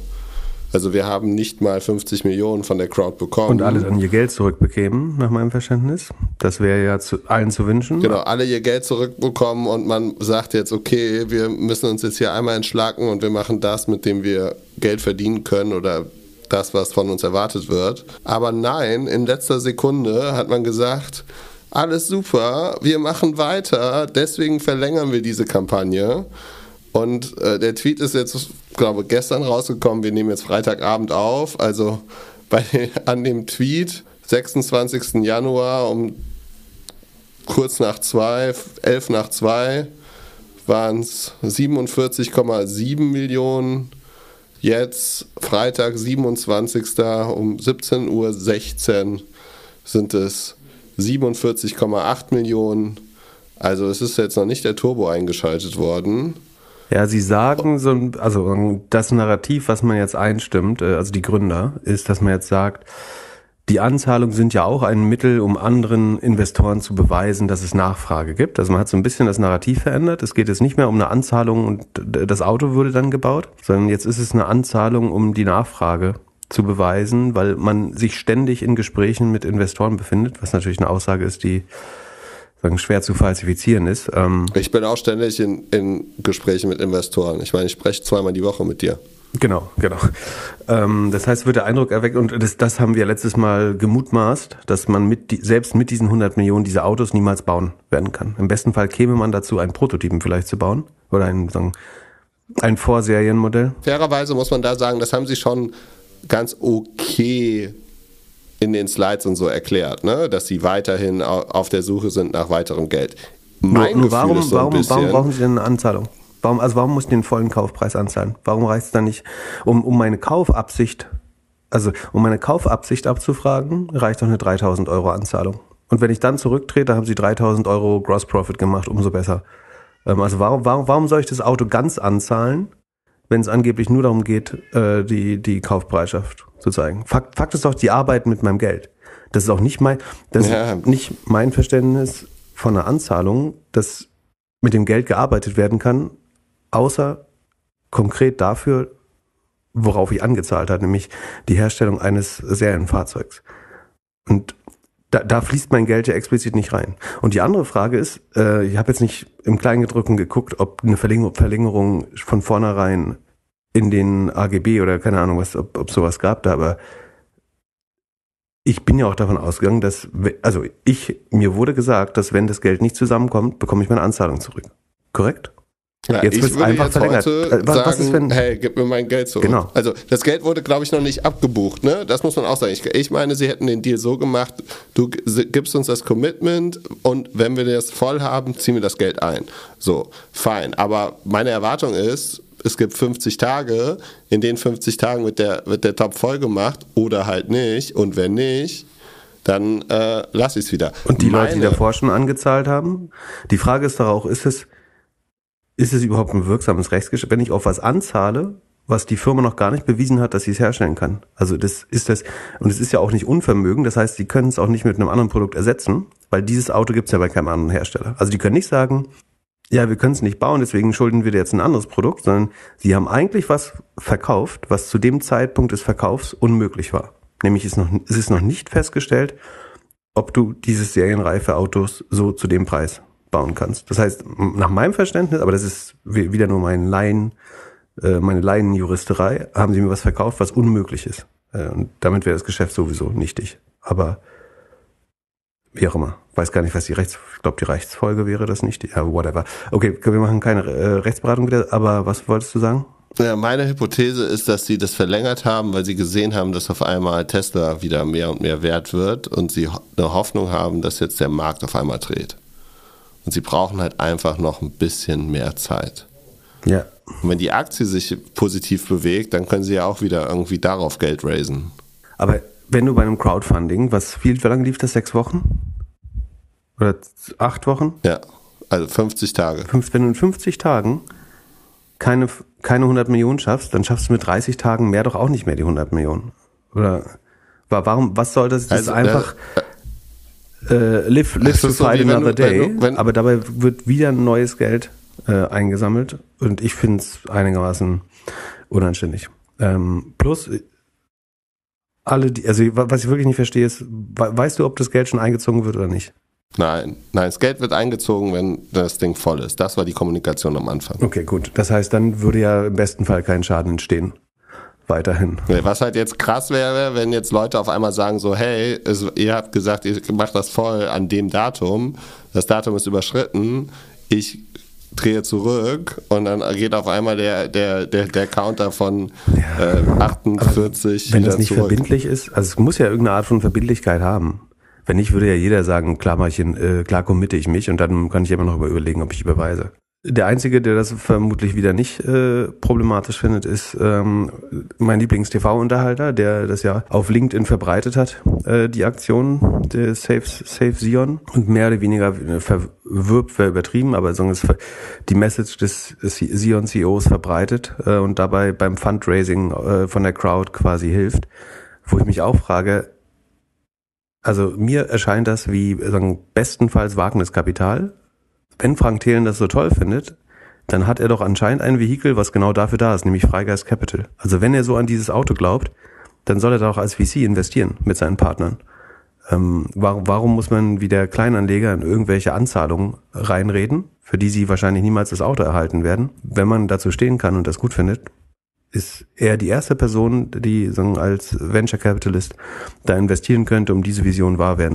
nicht mal 50 Millionen von der Crowd bekommen. Und alle dann ihr Geld zurückbekämen, nach meinem Verständnis. Das wäre ja allen zu wünschen. Genau, alle ihr Geld zurückbekommen und man sagt jetzt, okay, wir müssen uns jetzt hier einmal entschlacken und wir machen das, mit dem wir Geld verdienen können oder das, was von uns erwartet wird. Aber nein, in letzter Sekunde hat man gesagt, alles super, wir machen weiter, deswegen verlängern wir diese Kampagne. Und der Tweet ist jetzt, glaube ich, gestern rausgekommen, wir nehmen jetzt Freitagabend auf, also an dem Tweet, 26. Januar um kurz nach 2, 11 nach 2, waren es 47,7 Millionen. Jetzt Freitag, 27. um 17:16 Uhr sind es 47,8 Millionen. Also es ist jetzt noch nicht der Turbo eingeschaltet worden. Ja, sie sagen also das Narrativ, was man jetzt einstimmt, also die Gründer, ist, dass man jetzt sagt, die Anzahlungen sind ja auch ein Mittel, um anderen Investoren zu beweisen, dass es Nachfrage gibt. Also man hat so ein bisschen das Narrativ verändert. Es geht jetzt nicht mehr um eine Anzahlung und das Auto wurde dann gebaut, sondern jetzt ist es eine Anzahlung, um die Nachfrage zu beweisen, weil man sich ständig in Gesprächen mit Investoren befindet, was natürlich eine Aussage ist, die schwer zu falsifizieren ist. Ich bin auch ständig in Gesprächen mit Investoren. Ich meine, ich spreche 2-mal die Woche mit dir. Genau. Das heißt, wird der Eindruck erweckt, und das haben wir letztes Mal gemutmaßt, dass man selbst mit diesen 100 Millionen diese Autos niemals bauen werden kann. Im besten Fall käme man dazu, einen Prototypen vielleicht zu bauen oder ein Vorserienmodell. Fairerweise muss man da sagen, das haben sie schon ganz okay in den Slides und so erklärt, ne? Dass sie weiterhin auf der Suche sind nach weiterem Geld. Warum brauchen sie denn eine Anzahlung? Warum muss ich den vollen Kaufpreis anzahlen? Warum reicht es dann nicht, um meine Kaufabsicht, um meine Kaufabsicht abzufragen, reicht doch eine 3.000 Euro Anzahlung. Und wenn ich dann zurücktrete, haben sie 3.000 Euro Gross Profit gemacht, umso besser. Also warum soll ich das Auto ganz anzahlen, wenn es angeblich nur darum geht, die Kaufbereitschaft zu zeigen? Fakt ist doch die Arbeit mit meinem Geld. Das ist auch nicht nicht mein Verständnis von einer Anzahlung, dass mit dem Geld gearbeitet werden kann, außer konkret dafür, worauf ich angezahlt habe, nämlich die Herstellung eines Serienfahrzeugs. Und da fließt mein Geld ja explizit nicht rein. Und die andere Frage ist, ich habe jetzt nicht im Kleingedruckten geguckt, ob eine Verlängerung von vornherein in den AGB oder keine Ahnung, ob sowas gab da, aber ich bin ja auch davon ausgegangen, mir wurde gesagt, dass wenn das Geld nicht zusammenkommt, bekomme ich meine Anzahlung zurück. Korrekt? Ja, jetzt wird es einfach verlängert. Was ist, wenn, hey, gib mir mein Geld zurück. Genau. Also das Geld wurde, glaube ich, noch nicht abgebucht, ne? Das muss man auch sagen. Ich meine, sie hätten den Deal so gemacht, du gibst uns das Commitment und wenn wir das voll haben, ziehen wir das Geld ein. So, fein. Aber meine Erwartung ist, es gibt 50 Tage, in den 50 Tagen wird der Top voll gemacht oder halt nicht. Und wenn nicht, dann lass ich es wieder. Und die Leute, die davor schon angezahlt haben, die Frage ist doch auch, ist es überhaupt ein wirksames Rechtsgeschäft, wenn ich auf was anzahle, was die Firma noch gar nicht bewiesen hat, dass sie es herstellen kann? Also und es ist ja auch nicht Unvermögen, das heißt, sie können es auch nicht mit einem anderen Produkt ersetzen, weil dieses Auto gibt es ja bei keinem anderen Hersteller. Also die können nicht sagen, ja, wir können es nicht bauen, deswegen schulden wir dir jetzt ein anderes Produkt, sondern sie haben eigentlich was verkauft, was zu dem Zeitpunkt des Verkaufs unmöglich war. Nämlich es ist noch nicht festgestellt, ob du dieses serienreife Autos so zu dem Preis bauen kannst. Das heißt, nach meinem Verständnis, aber das ist wieder nur meine Laienjuristerei, haben sie mir was verkauft, was unmöglich ist. Und damit wäre das Geschäft sowieso nichtig. Aber wie auch immer. Weiß gar nicht, was ich glaube, die Rechtsfolge wäre das nicht. Ja, whatever. Okay, wir machen keine Rechtsberatung wieder, aber was wolltest du sagen? Ja, meine Hypothese ist, dass sie das verlängert haben, weil sie gesehen haben, dass auf einmal Tesla wieder mehr und mehr wert wird und sie eine Hoffnung haben, dass jetzt der Markt auf einmal dreht. Und sie brauchen halt einfach noch ein bisschen mehr Zeit. Ja. Und wenn die Aktie sich positiv bewegt, dann können sie ja auch wieder irgendwie darauf Geld raisen. Aber wenn du bei einem Crowdfunding, wie lange lief das? 6 Wochen? Oder 8 Wochen? Ja, also 50 Tage. Wenn du in 50 Tagen keine 100 Millionen schaffst, dann schaffst du mit 30 Tagen mehr doch auch nicht mehr die 100 Millionen. Oder was soll das? Das ist einfach live to fight another day, aber dabei wird wieder ein neues Geld eingesammelt und ich finde es einigermaßen unanständig. Plus was ich wirklich nicht verstehe ist, weißt du, ob das Geld schon eingezogen wird oder nicht? Nein, das Geld wird eingezogen, wenn das Ding voll ist. Das war die Kommunikation am Anfang. Okay, gut. Das heißt, dann würde ja im besten Fall kein Schaden entstehen. weiterhin. Was halt jetzt krass wäre, wenn jetzt Leute auf einmal sagen so, hey, ihr habt gesagt, ihr macht das voll an dem Datum, das Datum ist überschritten, ich drehe zurück und dann geht auf einmal der Counter von 48 wenn wieder das nicht zurück. Verbindlich ist, also es muss ja irgendeine Art von Verbindlichkeit haben. Wenn nicht, würde ja jeder sagen, klar committe ich mich und dann kann ich immer noch überlegen, ob ich überweise. Der Einzige, der das vermutlich wieder nicht problematisch findet, ist mein Lieblings-TV-Unterhalter, der das ja auf LinkedIn verbreitet hat, die Aktion der Save Sion und mehr oder weniger verwirbt, wäre übertrieben, aber die Message des Sion-CEOs verbreitet und dabei beim Fundraising von der Crowd quasi hilft, wo ich mich auch frage, also mir erscheint das wie bestenfalls Wagniskapital. Wenn Frank Thelen das so toll findet, dann hat er doch anscheinend ein Vehikel, was genau dafür da ist, nämlich Freigeist Capital. Also wenn er so an dieses Auto glaubt, dann soll er doch als VC investieren mit seinen Partnern. Warum muss man wie der Kleinanleger in irgendwelche Anzahlungen reinreden, für die sie wahrscheinlich niemals das Auto erhalten werden? Wenn man dazu stehen kann und das gut findet, ist er die erste Person, die als Venture Capitalist da investieren könnte, um diese Vision wahr werden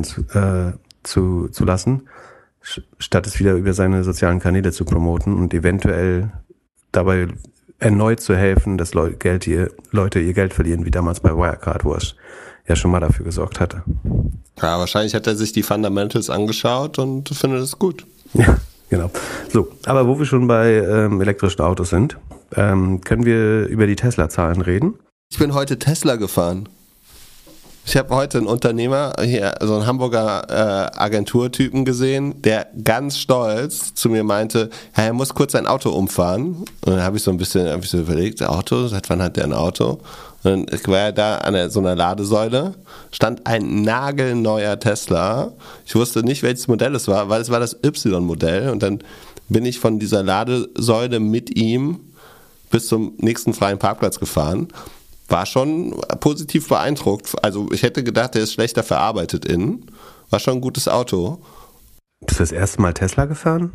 zu lassen, statt es wieder über seine sozialen Kanäle zu promoten und eventuell dabei erneut zu helfen, dass Leute ihr Geld verlieren, wie damals bei Wirecard, wo es ja schon mal dafür gesorgt hatte. Ja, wahrscheinlich hat er sich die Fundamentals angeschaut und findet es gut. Ja, genau. So, aber wo wir schon bei elektrischen Autos sind, können wir über die Tesla-Zahlen reden? Ich bin heute Tesla gefahren. Ich habe heute einen Unternehmer, hier, so einen Hamburger Agenturtypen gesehen, der ganz stolz zu mir meinte, ja, er muss kurz sein Auto umfahren. Und dann habe ich so überlegt, Auto, seit wann hat der ein Auto? Und dann war er da an so einer Ladesäule, stand ein nagelneuer Tesla. Ich wusste nicht, welches Modell es war, weil es war das Y-Modell. Und dann bin ich von dieser Ladesäule mit ihm bis zum nächsten freien Parkplatz gefahren. War schon positiv beeindruckt. Also ich hätte gedacht, der ist schlechter verarbeitet innen. War schon ein gutes Auto. Bist du das erste Mal Tesla gefahren?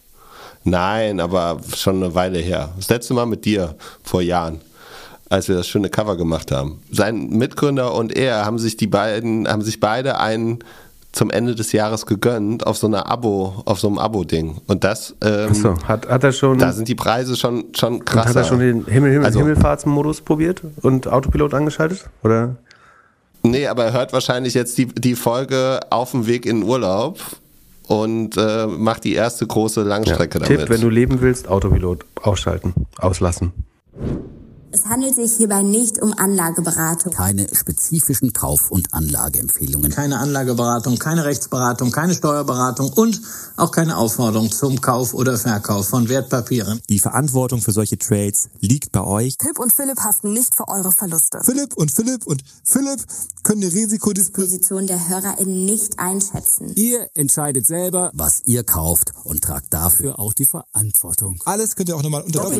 Nein, aber schon eine Weile her. Das letzte Mal mit dir, vor Jahren, als wir das schöne Cover gemacht haben. Sein Mitgründer und er haben sich beide einen zum Ende des Jahres gegönnt auf so einem Abo-Ding. Und das, Achso, hat er schon. Da sind die Preise schon krasser. Hat er schon den Himmelfahrtsmodus probiert und Autopilot angeschaltet? Oder? Nee, aber er hört wahrscheinlich jetzt die Folge auf dem Weg in den Urlaub und macht die erste große Langstrecke damit. Tipp, wenn du leben willst, Autopilot auslassen. Es handelt sich hierbei nicht um Anlageberatung. Keine spezifischen Kauf- und Anlageempfehlungen. Keine Anlageberatung, keine Rechtsberatung, keine Steuerberatung und auch keine Aufforderung zum Kauf oder Verkauf von Wertpapieren. Die Verantwortung für solche Trades liegt bei euch. Philipp und Philipp haften nicht für eure Verluste. Philipp können die Risikodisposition der HörerInnen nicht einschätzen. Ihr entscheidet selber, was ihr kauft und tragt dafür auch die Verantwortung. Alles könnt ihr auch nochmal unter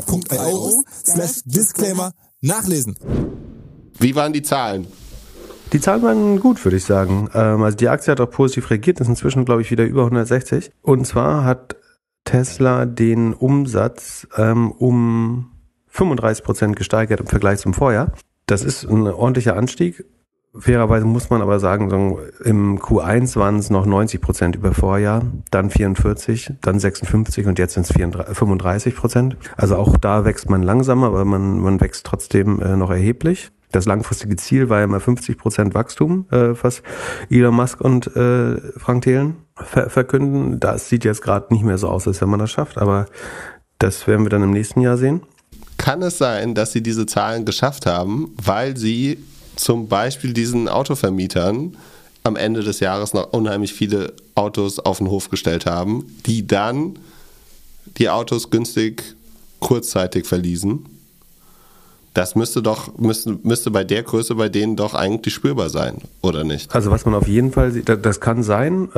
doppelgänger.io/Disclaimer nachlesen. Wie waren die Zahlen? Die Zahlen waren gut, würde ich sagen. Also die Aktie hat auch positiv reagiert, ist inzwischen, glaube ich, wieder über 160. Und zwar hat Tesla den Umsatz um 35% gesteigert im Vergleich zum Vorjahr. Das ist ein ordentlicher Anstieg. Fairerweise muss man aber sagen, im Q1 waren es noch 90% über Vorjahr, dann 44, dann 56 und jetzt sind es 35%. Also auch da wächst man langsamer, aber man wächst trotzdem noch erheblich. Das langfristige Ziel war ja mal 50% Wachstum, was Elon Musk und Frank Thelen verkünden. Das sieht jetzt gerade nicht mehr so aus, als wenn man das schafft, aber das werden wir dann im nächsten Jahr sehen. Kann es sein, dass sie diese Zahlen geschafft haben, weil sie zum Beispiel diesen Autovermietern am Ende des Jahres noch unheimlich viele Autos auf den Hof gestellt haben, die dann die Autos kurzzeitig verließen? Das müsste bei der Größe bei denen doch eigentlich spürbar sein, oder nicht? Also was man auf jeden Fall sieht, das kann sein,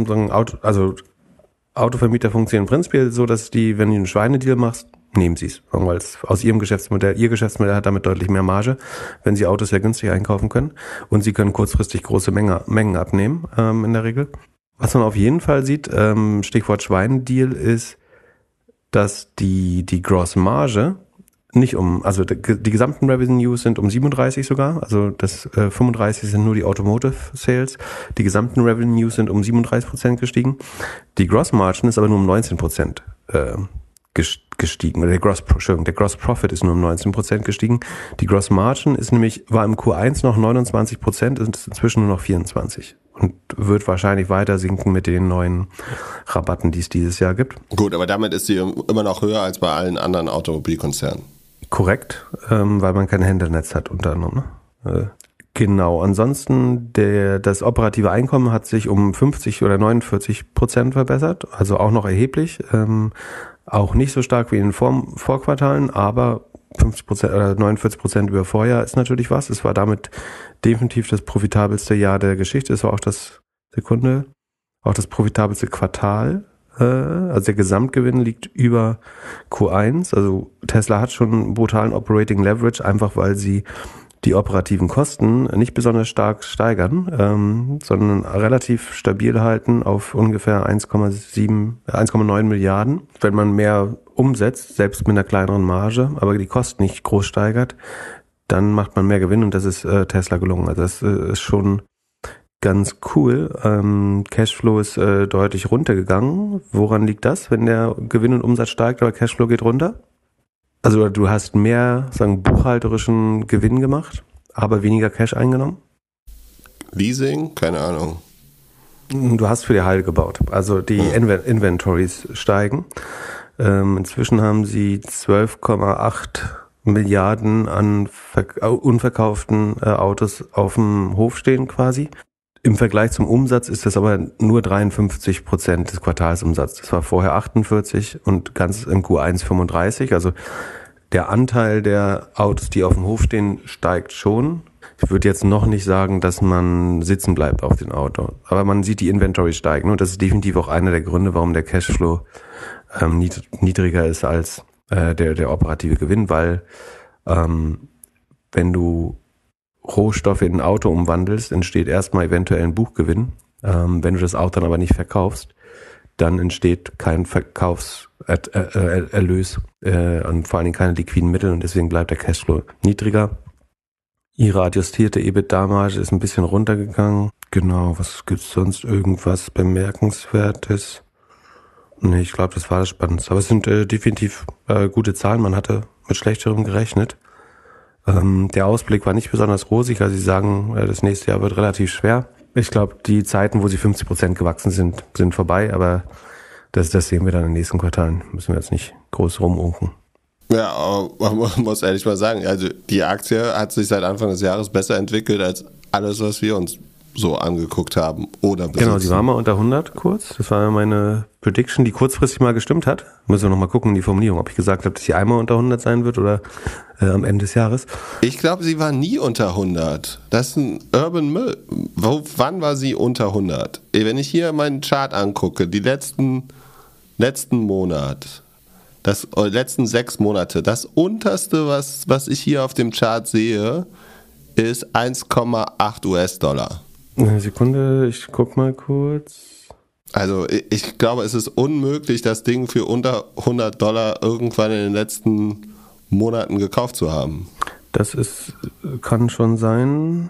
Autovermieter funktionieren prinzipiell so, dass wenn du einen Schweinedeal machst, nehmen sie es, weil es aus ihr Geschäftsmodell hat damit deutlich mehr Marge, wenn sie Autos sehr günstig einkaufen können und sie können kurzfristig große Mengen abnehmen, in der Regel. Was man auf jeden Fall sieht, Stichwort Schweinedeal, ist, dass die Gross Marge also die gesamten Revenues sind um 37 sogar, also das 35 sind nur die Automotive Sales. Die gesamten Revenues sind um 37% gestiegen. Die Gross Margin ist aber nur um 19% gestiegen. Oder der Gross Profit ist nur um 19% gestiegen. Die Gross Margin war im Q1 noch 29%, ist inzwischen nur noch 24% und wird wahrscheinlich weiter sinken mit den neuen Rabatten, die es dieses Jahr gibt. Gut, aber damit ist sie immer noch höher als bei allen anderen Automobilkonzernen. Korrekt, weil man kein Händlernetz hat unter anderem. Ne? Genau, ansonsten das operative Einkommen hat sich um 50 oder 49% verbessert, also auch noch erheblich. Auch nicht so stark wie in den Vorquartalen, aber 50% oder 49% über Vorjahr ist natürlich was. Es war damit definitiv das profitabelste Jahr der Geschichte. Es war auch das profitabelste Quartal. Also der Gesamtgewinn liegt über Q1. Also Tesla hat schon einen brutalen Operating Leverage, einfach weil sie die operativen Kosten nicht besonders stark steigern, sondern relativ stabil halten auf ungefähr 1,9 Milliarden. Wenn man mehr umsetzt, selbst mit einer kleineren Marge, aber die Kosten nicht groß steigert, dann macht man mehr Gewinn und das ist Tesla gelungen. Also das ist schon ganz cool. Cashflow ist deutlich runtergegangen. Woran liegt das, wenn der Gewinn und Umsatz steigt, aber Cashflow geht runter? Also du hast mehr, buchhalterischen Gewinn gemacht, aber weniger Cash eingenommen? Leasing? Keine Ahnung. Du hast für die Halde gebaut. Also die Inventories steigen. Inzwischen haben sie 12,8 Milliarden an unverkauften Autos auf dem Hof stehen quasi. Im Vergleich zum Umsatz ist das aber nur 53% des Quartalsumsatzes. Das war vorher 48 und ganz im Q1 35. Also der Anteil der Autos, die auf dem Hof stehen, steigt schon. Ich würde jetzt noch nicht sagen, dass man sitzen bleibt auf dem Auto. Aber man sieht die Inventory steigen. Und das ist definitiv auch einer der Gründe, warum der Cashflow niedriger ist als der operative Gewinn. Weil wenn du Rohstoffe in ein Auto umwandelst, entsteht erstmal eventuell ein Buchgewinn. Wenn du das Auto dann aber nicht verkaufst, dann entsteht kein Verkaufserlös und vor allen Dingen keine liquiden Mittel und deswegen bleibt der Cashflow niedriger. Ihre adjustierte EBITDA-Marge ist ein bisschen runtergegangen. Genau, was gibt's sonst? Irgendwas Bemerkenswertes? Nee, ich glaube, das war das Spannendste. Aber es sind definitiv gute Zahlen. Man hatte mit Schlechterem gerechnet. Der Ausblick war nicht besonders rosig, also sie sagen, das nächste Jahr wird relativ schwer. Ich glaube, die Zeiten, wo sie 50% gewachsen sind vorbei, aber das sehen wir dann in den nächsten Quartalen. Müssen wir jetzt nicht groß rumunken. Ja, aber man muss ehrlich mal sagen, also die Aktie hat sich seit Anfang des Jahres besser entwickelt als alles, was wir uns so angeguckt haben oder besitzen. Genau, sie war mal unter 100 kurz. Das war meine Prediction, die kurzfristig mal gestimmt hat. Müssen wir nochmal gucken in die Formulierung, ob ich gesagt habe, dass sie einmal unter 100 sein wird oder am Ende des Jahres. Ich glaube, sie war nie unter 100. Das ist ein Urban Myth. Wann war sie unter 100? Wenn ich hier meinen Chart angucke, die letzten Monat, letzten 6 Monate, das unterste, was ich hier auf dem Chart sehe, ist 1,8 US-Dollar. Eine Sekunde, ich guck mal kurz. Also ich glaube, es ist unmöglich, das Ding für unter $100 irgendwann in den letzten Monaten gekauft zu haben. Kann schon sein.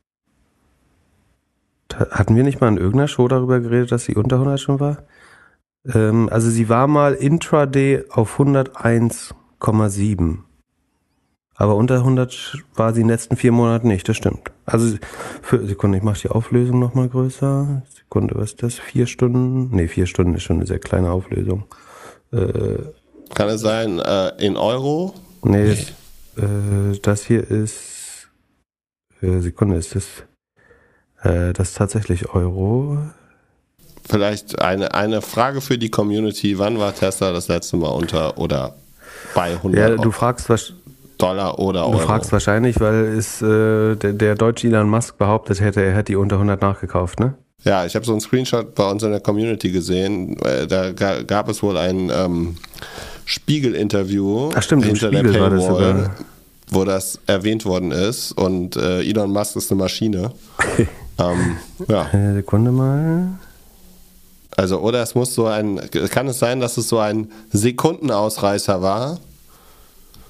Hatten wir nicht mal in irgendeiner Show darüber geredet, dass sie unter 100 schon war? Also sie war mal intraday auf 101,7. Aber unter 100 war sie in den letzten 4 Monaten nicht, das stimmt. Also, Sekunde, ich mache die Auflösung nochmal größer. Sekunde, was ist das? 4 Stunden? Ne, 4 Stunden ist schon eine sehr kleine Auflösung. Kann es sein, in Euro? Nee, das hier ist, Sekunde, ist das ist tatsächlich Euro. Vielleicht eine Frage für die Community. Wann war Tesla das letzte Mal unter oder bei 100 Ja, du fragst was. Dollar oder Euro? Du fragst wahrscheinlich, weil der deutsche Elon Musk behauptet hätte, er hätte die unter 100 nachgekauft, ne? Ja, ich habe so einen Screenshot bei uns in der Community gesehen. Da gab es wohl ein Spiegel-Interview hinter der Paywall, wo das erwähnt worden ist. Und Elon Musk ist eine Maschine. Ja. Sekunde mal. Also, oder es muss kann es sein, dass es so ein Sekundenausreißer war?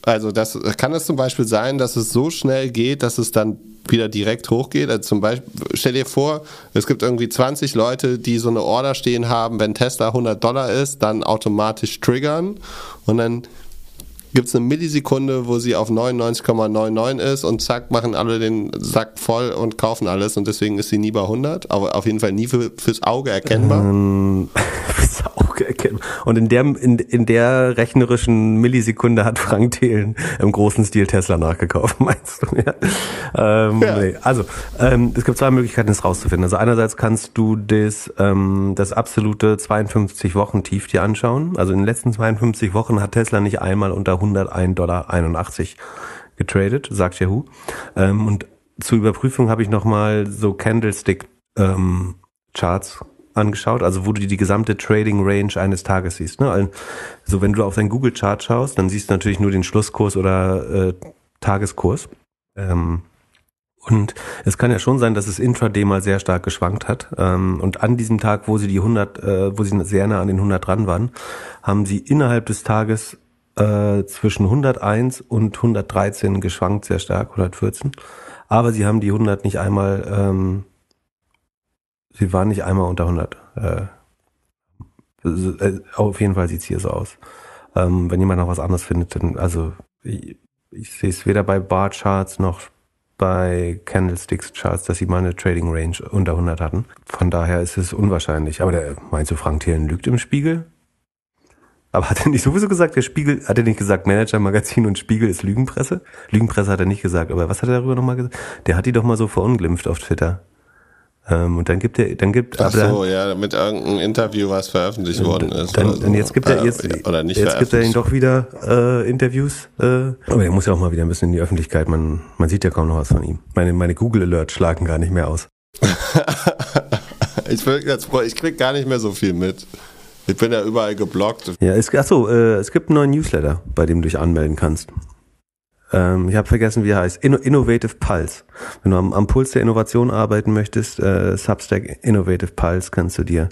Also kann es zum Beispiel sein, dass es so schnell geht, dass es dann wieder direkt hochgeht? Also zum Beispiel, stell dir vor, es gibt irgendwie 20 Leute, die so eine Order stehen haben, wenn Tesla $100 ist, dann automatisch triggern und dann gibt es eine Millisekunde, wo sie auf 99,99 ist und zack, machen alle den Sack voll und kaufen alles und deswegen ist sie nie bei 100, aber auf jeden Fall nie fürs Auge erkennbar. Fürs Auge erkennbar. Und in der rechnerischen Millisekunde hat Frank Thelen im großen Stil Tesla nachgekauft, meinst du? Ja. Nee. Also, es gibt zwei Möglichkeiten, das rauszufinden. Also einerseits kannst du das absolute 52-Wochen-Tief dir anschauen. Also in den letzten 52 Wochen hat Tesla nicht einmal unter $101,81 getradet, sagt Yahoo. Und zur Überprüfung habe ich nochmal so Candlestick-Charts angeschaut, also wo du die gesamte Trading Range eines Tages siehst. Ne? Also wenn du auf deinen Google-Chart schaust, dann siehst du natürlich nur den Schlusskurs oder Tageskurs. Und es kann ja schon sein, dass es intraday mal sehr stark geschwankt hat. Und an diesem Tag, wo sie sehr nah an den 100 dran waren, haben sie innerhalb des Tages zwischen 101 und 113 geschwankt, sehr stark, 114. Aber sie haben die 100 nicht einmal, sie waren nicht einmal unter 100. Auf jeden Fall sieht's hier so aus. Wenn jemand noch was anderes findet, dann, also ich sehe es weder bei Bar-Charts noch bei Candlesticks-Charts, dass sie mal eine Trading Range unter 100 hatten. Von daher ist es unwahrscheinlich. Aber meinst du, Frank Thelen lügt im Spiegel? Aber hat er nicht sowieso gesagt, der Spiegel, hat er nicht gesagt, Manager-Magazin und Spiegel ist Lügenpresse? Lügenpresse hat er nicht gesagt, aber was hat er darüber nochmal gesagt? Der hat die doch mal so verunglimpft auf Twitter. Und dann gibt ach so, ja, mit irgendeinem Interview, was veröffentlicht worden ist. Und jetzt gibt er gibt er ihn doch wieder Interviews. Aber er muss ja auch mal wieder ein bisschen in die Öffentlichkeit. Man sieht ja kaum noch was von ihm. Meine Google Alerts schlagen gar nicht mehr aus. Ich krieg gar nicht mehr so viel mit. Ich bin ja überall geblockt. Ja, es gibt einen neuen Newsletter, bei dem du dich anmelden kannst. Ich habe vergessen, wie er heißt. Innovative Pulse. Wenn du am Puls der Innovation arbeiten möchtest, Substack Innovative Pulse, kannst du dir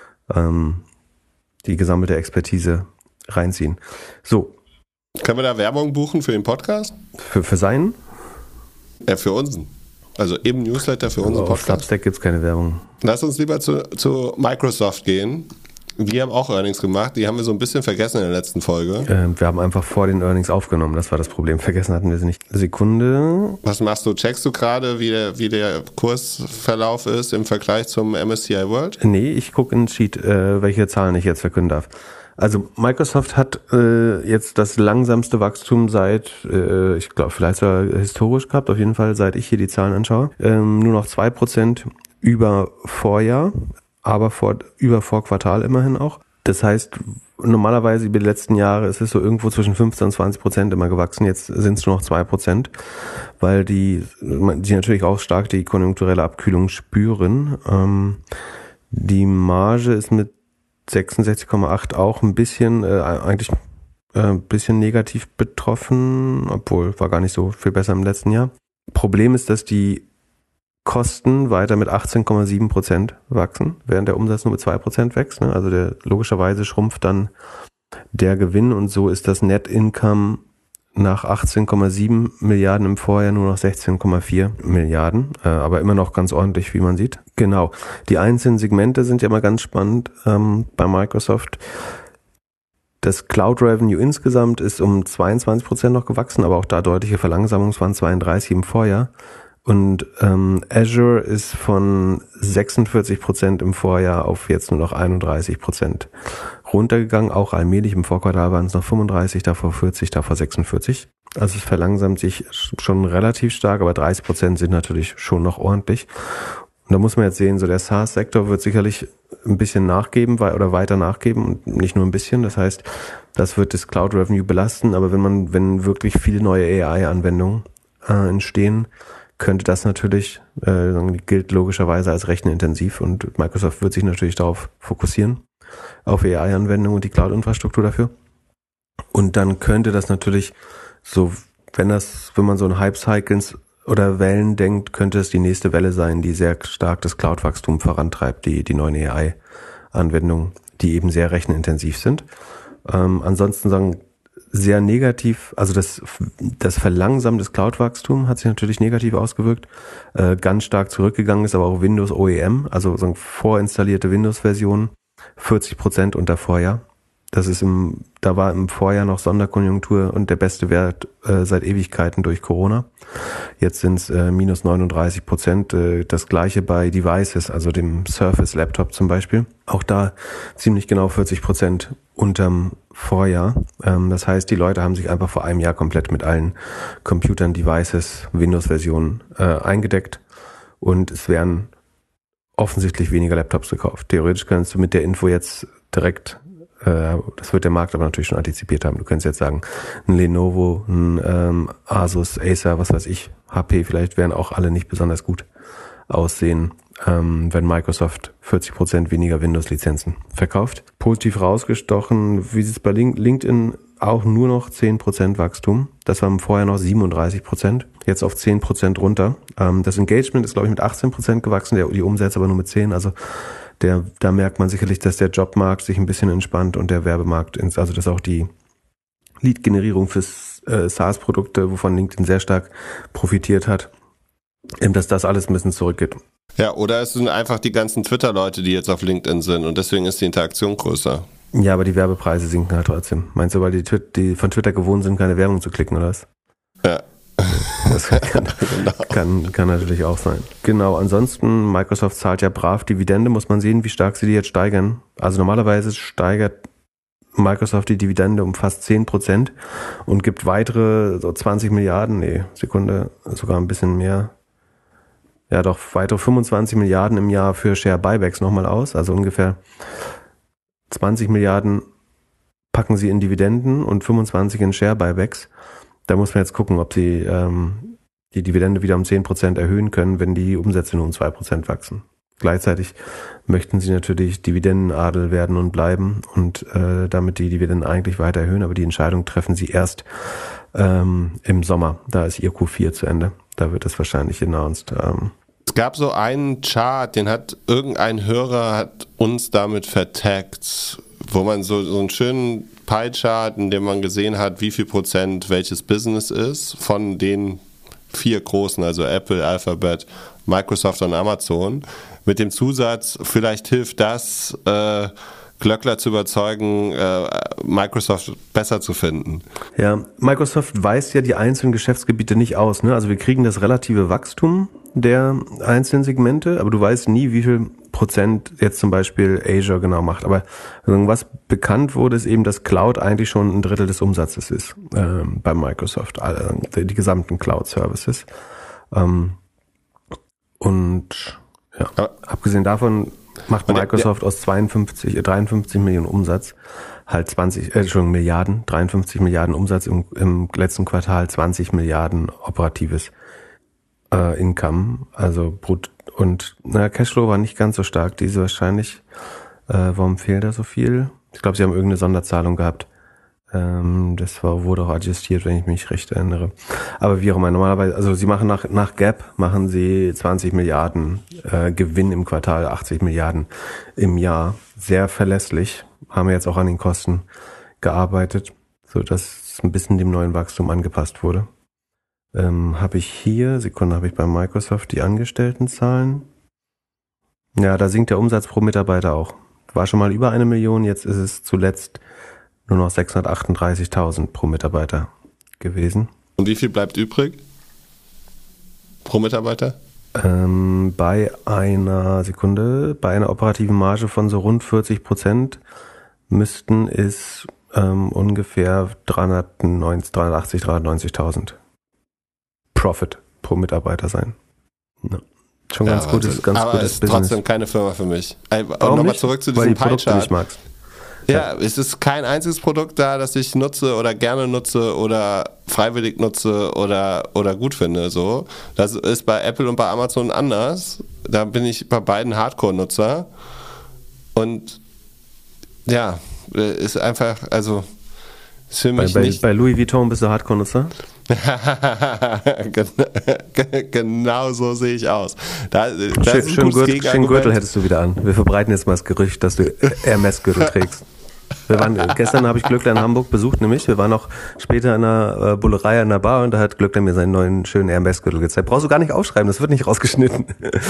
die gesammelte Expertise reinziehen. So. Können wir da Werbung buchen für den Podcast? Für seinen? Ja, für unseren. Also im Newsletter für unseren Podcast. Auf Substack gibt's keine Werbung. Lass uns lieber zu Microsoft gehen. Wir haben auch Earnings gemacht, die haben wir so ein bisschen vergessen in der letzten Folge. Wir haben einfach vor den Earnings aufgenommen, das war das Problem. Vergessen hatten wir sie nicht. Sekunde. Was machst du? Checkst du gerade, wie der Kursverlauf ist im Vergleich zum MSCI World? Nee, ich gucke in den Sheet, welche Zahlen ich jetzt verkünden darf. Also Microsoft hat jetzt das langsamste Wachstum seit, ich glaube vielleicht sogar historisch gehabt, auf jeden Fall seit ich hier die Zahlen anschaue. Nur noch 2% über Vorjahr. Aber über Vorquartal immerhin auch. Das heißt, normalerweise über die letzten Jahre ist es so irgendwo zwischen 15 und 20% immer gewachsen. Jetzt sind es nur noch 2%, weil die natürlich auch stark die konjunkturelle Abkühlung spüren. Die Marge ist mit 66,8 auch ein bisschen, bisschen negativ betroffen, obwohl war gar nicht so viel besser im letzten Jahr. Problem ist, dass die Kosten weiter mit 18,7% wachsen, während der Umsatz nur mit 2% wächst. Ne? Also logischerweise schrumpft dann der Gewinn und so ist das Net Income nach 18,7 Milliarden im Vorjahr nur noch 16,4 Milliarden, aber immer noch ganz ordentlich, wie man sieht. Genau, die einzelnen Segmente sind ja immer ganz spannend bei Microsoft. Das Cloud Revenue insgesamt ist um 22% noch gewachsen, aber auch da deutliche Verlangsamung, es waren 32 im Vorjahr. Und Azure ist von 46% im Vorjahr auf jetzt nur noch 31% runtergegangen. Auch allmählich, im Vorquartal waren es noch 35, davor 40, davor 46. Also es verlangsamt sich schon relativ stark, aber 30% sind natürlich schon noch ordentlich. Und da muss man jetzt sehen, so der SaaS-Sektor wird sicherlich ein bisschen nachgeben oder weiter nachgeben und nicht nur ein bisschen. Das heißt, das wird das Cloud Revenue belasten, aber wenn wirklich viele neue AI-Anwendungen entstehen, könnte das natürlich, gilt logischerweise als rechenintensiv und Microsoft wird sich natürlich darauf fokussieren, auf AI-Anwendungen und die Cloud-Infrastruktur dafür. Und dann könnte das natürlich so, wenn man so ein Hype-Cycles oder Wellen denkt, könnte es die nächste Welle sein, die sehr stark das Cloud-Wachstum vorantreibt, die neuen AI-Anwendungen, die eben sehr rechenintensiv sind. Ansonsten sehr negativ, also das Verlangsamen des Cloud-Wachstums hat sich natürlich negativ ausgewirkt. Ganz stark zurückgegangen ist aber auch Windows OEM, also so vorinstallierte Windows-Versionen, 40% unter Vorjahr. Da war im Vorjahr noch Sonderkonjunktur und der beste Wert seit Ewigkeiten durch Corona. Jetzt sind es minus 39%. Das gleiche bei Devices, also dem Surface Laptop zum Beispiel. Auch da ziemlich genau 40% unterm Vorjahr. Das heißt, die Leute haben sich einfach vor einem Jahr komplett mit allen Computern, Devices, Windows-Versionen eingedeckt und es werden offensichtlich weniger Laptops gekauft. Theoretisch kannst du mit der Info jetzt direkt, das wird der Markt aber natürlich schon antizipiert haben, du könntest jetzt sagen, ein Lenovo, ein Asus, Acer, was weiß ich, HP, vielleicht werden auch alle nicht besonders gut aussehen, wenn Microsoft 40% weniger Windows-Lizenzen verkauft. Positiv rausgestochen, wie sieht es bei LinkedIn, auch nur noch 10% Wachstum. Das waren vorher noch 37%, jetzt auf 10% runter. Das Engagement ist, glaube ich, mit 18% gewachsen, die Umsätze aber nur mit 10%. Also da merkt man sicherlich, dass der Jobmarkt sich ein bisschen entspannt und der Werbemarkt, also dass auch die Lead-Generierung für SaaS-Produkte, wovon LinkedIn sehr stark profitiert hat, dass das alles ein bisschen zurückgeht. Ja, oder es sind einfach die ganzen Twitter-Leute, die jetzt auf LinkedIn sind und deswegen ist die Interaktion größer. Ja, aber die Werbepreise sinken halt trotzdem. Meinst du, weil die von Twitter gewohnt sind, keine Werbung zu klicken, oder was? Ja. Das kann natürlich auch sein. Genau, ansonsten, Microsoft zahlt ja brav Dividende, muss man sehen, wie stark sie die jetzt steigern. Also normalerweise steigert Microsoft die Dividende um fast 10% und gibt weitere so 20 Milliarden, sogar ein bisschen mehr. Ja, doch weitere 25 Milliarden im Jahr für Share Buybacks nochmal aus, also ungefähr 20 Milliarden packen sie in Dividenden und 25 in Share Buybacks. Da muss man jetzt gucken, ob sie die Dividende wieder um 10% erhöhen können, wenn die Umsätze nur um 2% wachsen. Gleichzeitig möchten sie natürlich Dividendenadel werden und bleiben und damit die Dividenden eigentlich weiter erhöhen, aber die Entscheidung treffen sie erst im Sommer. Da ist ihr Q4 zu Ende. Da wird es wahrscheinlich announced. Es gab so einen Chart, den hat irgendein Hörer hat uns damit vertaggt, wo man so einen schönen Pie-Chart, in dem man gesehen hat, wie viel Prozent welches Business ist, von den 4 großen, also Apple, Alphabet, Microsoft und Amazon, mit dem Zusatz, vielleicht hilft das, Glöckler zu überzeugen, Microsoft besser zu finden. Ja, Microsoft weist ja die einzelnen Geschäftsgebiete nicht aus, ne? Also wir kriegen das relative Wachstum der einzelnen Segmente, aber du weißt nie, wie viel Prozent jetzt zum Beispiel Azure genau macht. Aber was bekannt wurde, ist eben, dass Cloud eigentlich schon ein Drittel des Umsatzes ist bei Microsoft, die gesamten Cloud-Services. Und ja, abgesehen davon macht Microsoft aus 53 Millionen Umsatz halt 53 Milliarden Umsatz im letzten Quartal, 20 Milliarden operatives Income, also und Cashflow war nicht ganz so stark, diese wahrscheinlich. Warum fehlt da so viel? Ich glaube, sie haben irgendeine Sonderzahlung gehabt. Wurde auch adjustiert, wenn ich mich recht erinnere. Aber wie auch immer, normalerweise, also sie machen nach Gap machen sie 20 Milliarden Gewinn im Quartal, 80 Milliarden im Jahr. Sehr verlässlich. Haben wir jetzt auch an den Kosten gearbeitet, so dass es ein bisschen dem neuen Wachstum angepasst wurde. Habe ich bei Microsoft die Angestelltenzahlen. Ja, da sinkt der Umsatz pro Mitarbeiter auch. War schon mal über 1 Million, jetzt ist es zuletzt nur noch 638.000 pro Mitarbeiter gewesen. Und wie viel bleibt übrig pro Mitarbeiter? Bei einer operativen Marge von so rund 40% müssten es ungefähr 390.000 Profit pro Mitarbeiter sein. Ja. Schon ganz gutes Business. Aber es ist trotzdem keine Firma für mich. Nochmal zurück zu diesem Pie-Chart. Ja, es ist kein einziges Produkt da, das ich nutze oder gerne nutze oder freiwillig nutze oder gut finde. So. Das ist bei Apple und bei Amazon anders. Da bin ich bei beiden Hardcore-Nutzer. Und ja, ist einfach, also ist für mich nicht... Bei Louis Vuitton bist du Hardcore-Nutzer? Genau so sehe ich aus. Schön Gürtel hättest du wieder an. Wir verbreiten jetzt mal das Gerücht, dass du Hermes-Gürtel trägst. Gestern habe ich Glöckler in Hamburg besucht, nämlich. Wir waren auch später in einer Bullerei an der Bar und da hat Glöckler mir seinen neuen schönen Hermes-Gürtel gezeigt. Brauchst du gar nicht aufschreiben, das wird nicht rausgeschnitten.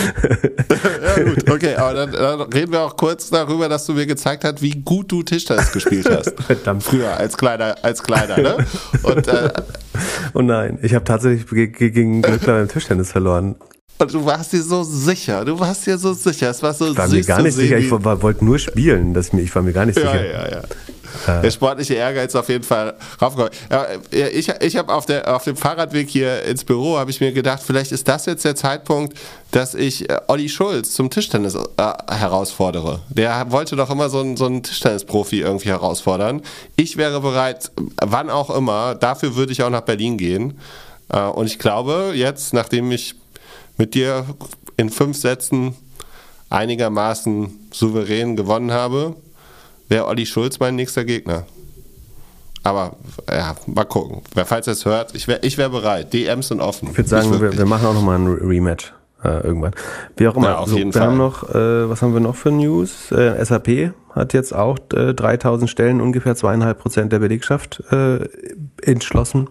Ja gut, okay, aber dann reden wir auch kurz darüber, dass du mir gezeigt hast, wie gut du Tischtennis gespielt hast. Verdammt. Früher als Kleiner, ne? Und, oh nein, ich habe tatsächlich gegen Glöckler beim Tischtennis verloren. Und du warst dir so sicher. Es war so süß. Ich war mir gar nicht sicher, ich wollte nur spielen. Ich war mir gar nicht sicher. Ja. Der sportliche Ehrgeiz auf jeden Fall raufgekommen. Ich habe auf dem Fahrradweg hier ins Büro, habe ich mir gedacht, vielleicht ist das jetzt der Zeitpunkt, dass ich Olli Schulz zum Tischtennis herausfordere. Der wollte doch immer so einen Tischtennisprofi irgendwie herausfordern. Ich wäre bereit, wann auch immer, dafür würde ich auch nach Berlin gehen. Und ich glaube, jetzt, nachdem ich mit dir in 5 Sätzen einigermaßen souverän gewonnen habe, wäre Olli Schulz mein nächster Gegner. Aber ja, mal gucken. Falls er es hört, ich wär bereit. DMs sind offen. Ich würde sagen, wir machen auch nochmal ein Rematch irgendwann. Wie auch immer. Ja, auf jeden Fall. Haben noch, was haben wir noch für News? SAP hat jetzt auch 3000 Stellen, ungefähr 2,5% der Belegschaft entschlossen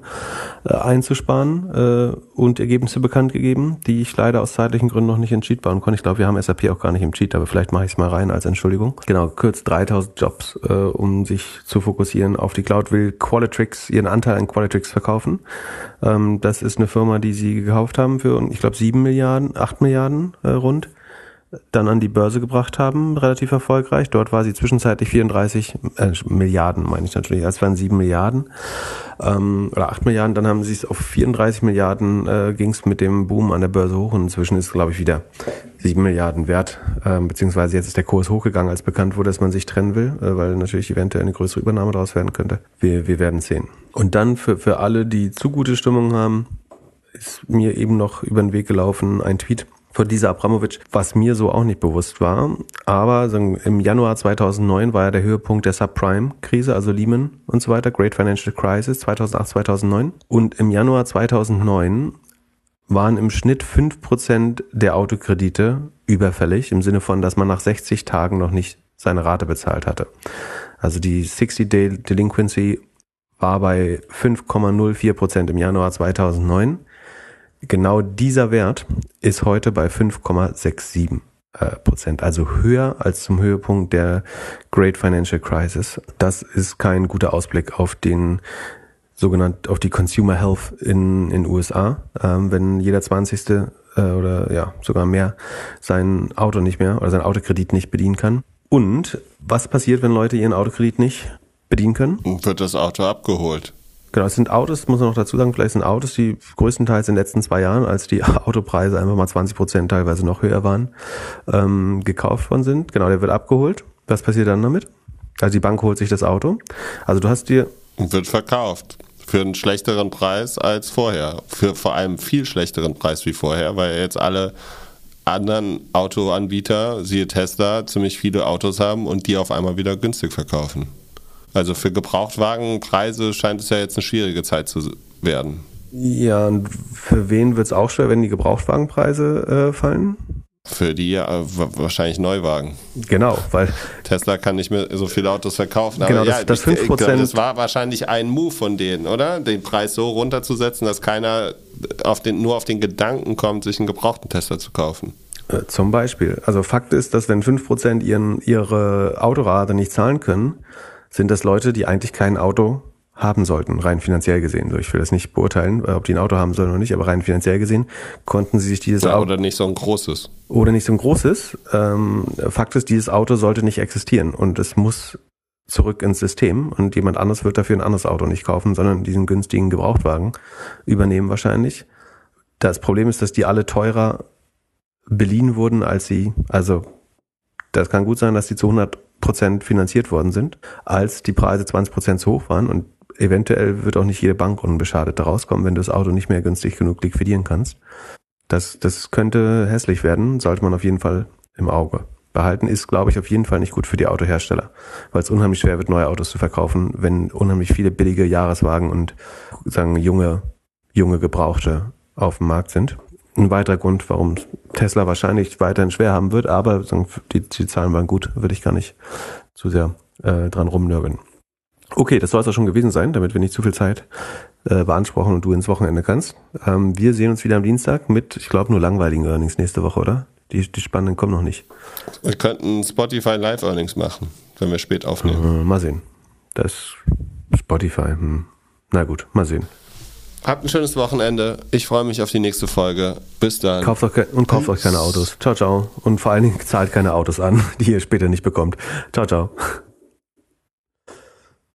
einzusparen und Ergebnisse bekannt gegeben, die ich leider aus zeitlichen Gründen noch nicht entschiedbar konnte. Ich glaube, wir haben SAP auch gar nicht im Cheat, aber vielleicht mache ich es mal rein als Entschuldigung. Genau, kurz 3000 Jobs, um sich zu fokussieren auf die Cloud, will Qualtrics ihren Anteil an Qualtrics verkaufen. Das ist eine Firma, die sie gekauft haben für, ich glaube, 8 Milliarden rund. Dann an die Börse gebracht haben, relativ erfolgreich. Dort war sie zwischenzeitlich 34 Milliarden, meine ich natürlich. Es waren 7 Milliarden oder 8 Milliarden. Dann haben sie es auf 34 Milliarden, ging es mit dem Boom an der Börse hoch. Und inzwischen ist es, glaube ich, wieder 7 Milliarden wert. Beziehungsweise jetzt ist der Kurs hochgegangen, als bekannt wurde, dass man sich trennen will, weil natürlich eventuell eine größere Übernahme daraus werden könnte. Wir werden sehen. Und dann für alle, die zu gute Stimmung haben, ist mir eben noch über den Weg gelaufen ein Tweet von Lisa Abramovic, was mir so auch nicht bewusst war. Aber im Januar 2009 war ja der Höhepunkt der Subprime-Krise, also Lehman und so weiter, Great Financial Crisis 2008, 2009. Und im Januar 2009 waren im Schnitt 5% der Autokredite überfällig, im Sinne von, dass man nach 60 Tagen noch nicht seine Rate bezahlt hatte. Also die 60-Day Delinquency war bei 5,04% im Januar 2009. Genau dieser Wert ist heute bei 5,67%, also höher als zum Höhepunkt der Great Financial Crisis. Das ist kein guter Ausblick auf auf die Consumer Health in USA, wenn jeder 20. Oder ja sogar mehr sein Auto nicht mehr oder sein Autokredit nicht bedienen kann. Und was passiert, wenn Leute ihren Autokredit nicht bedienen können? Wird das Auto abgeholt? Genau, es sind Autos, muss man noch dazu sagen, vielleicht sind Autos, die größtenteils in den letzten 2 Jahren, als die Autopreise einfach mal 20% teilweise noch höher waren, gekauft worden sind. Genau, der wird abgeholt. Was passiert dann damit? Also die Bank holt sich das Auto. Also du hast dir... Und wird verkauft. Für einen schlechteren Preis als vorher. Für vor allem viel schlechteren Preis wie vorher, weil jetzt alle anderen Autoanbieter, siehe Tesla, ziemlich viele Autos haben und die auf einmal wieder günstig verkaufen. Also für Gebrauchtwagenpreise scheint es ja jetzt eine schwierige Zeit zu werden. Ja, und für wen wird es auch schwer, wenn die Gebrauchtwagenpreise fallen? Für die wahrscheinlich Neuwagen. Genau, weil... Tesla kann nicht mehr so viele Autos verkaufen. Genau, aber das 5%... Das war wahrscheinlich ein Move von denen, oder? Den Preis so runterzusetzen, dass keiner nur auf den Gedanken kommt, sich einen gebrauchten Tesla zu kaufen. Zum Beispiel. Also Fakt ist, dass wenn 5% ihre Autorate nicht zahlen können, sind das Leute, die eigentlich kein Auto haben sollten, rein finanziell gesehen. Ich will das nicht beurteilen, ob die ein Auto haben sollen oder nicht, aber rein finanziell gesehen konnten sie sich dieses Auto... Oder nicht so ein großes. Oder nicht so ein großes. Fakt ist, dieses Auto sollte nicht existieren und es muss zurück ins System und jemand anderes wird dafür ein anderes Auto nicht kaufen, sondern diesen günstigen Gebrauchtwagen übernehmen wahrscheinlich. Das Problem ist, dass die alle teurer beliehen wurden, als sie... Also das kann gut sein, dass die zu 100% finanziert worden sind, als die Preise 20% zu hoch waren und eventuell wird auch nicht jede Bank unbeschadet da rauskommen, wenn du das Auto nicht mehr günstig genug liquidieren kannst. Das könnte hässlich werden, sollte man auf jeden Fall im Auge behalten. Ist, glaube ich, auf jeden Fall nicht gut für die Autohersteller, weil es unheimlich schwer wird, neue Autos zu verkaufen, wenn unheimlich viele billige Jahreswagen und sagen junge Gebrauchte auf dem Markt sind. Ein weiterer Grund, warum Tesla wahrscheinlich weiterhin schwer haben wird, aber die Zahlen waren gut, würde ich gar nicht zu sehr dran rumnörgeln. Okay, das soll es auch schon gewesen sein, damit wir nicht zu viel Zeit beanspruchen und du ins Wochenende kannst. Wir sehen uns wieder am Dienstag mit, ich glaube, nur langweiligen Earnings nächste Woche, oder? Die spannenden kommen noch nicht. Wir könnten Spotify Live Earnings machen, wenn wir spät aufnehmen. Mal sehen. Das Spotify, na gut, mal sehen. Habt ein schönes Wochenende. Ich freue mich auf die nächste Folge. Bis dann. Kauft euch keine Autos. Ciao, ciao. Und vor allen Dingen zahlt keine Autos an, die ihr später nicht bekommt. Ciao, ciao.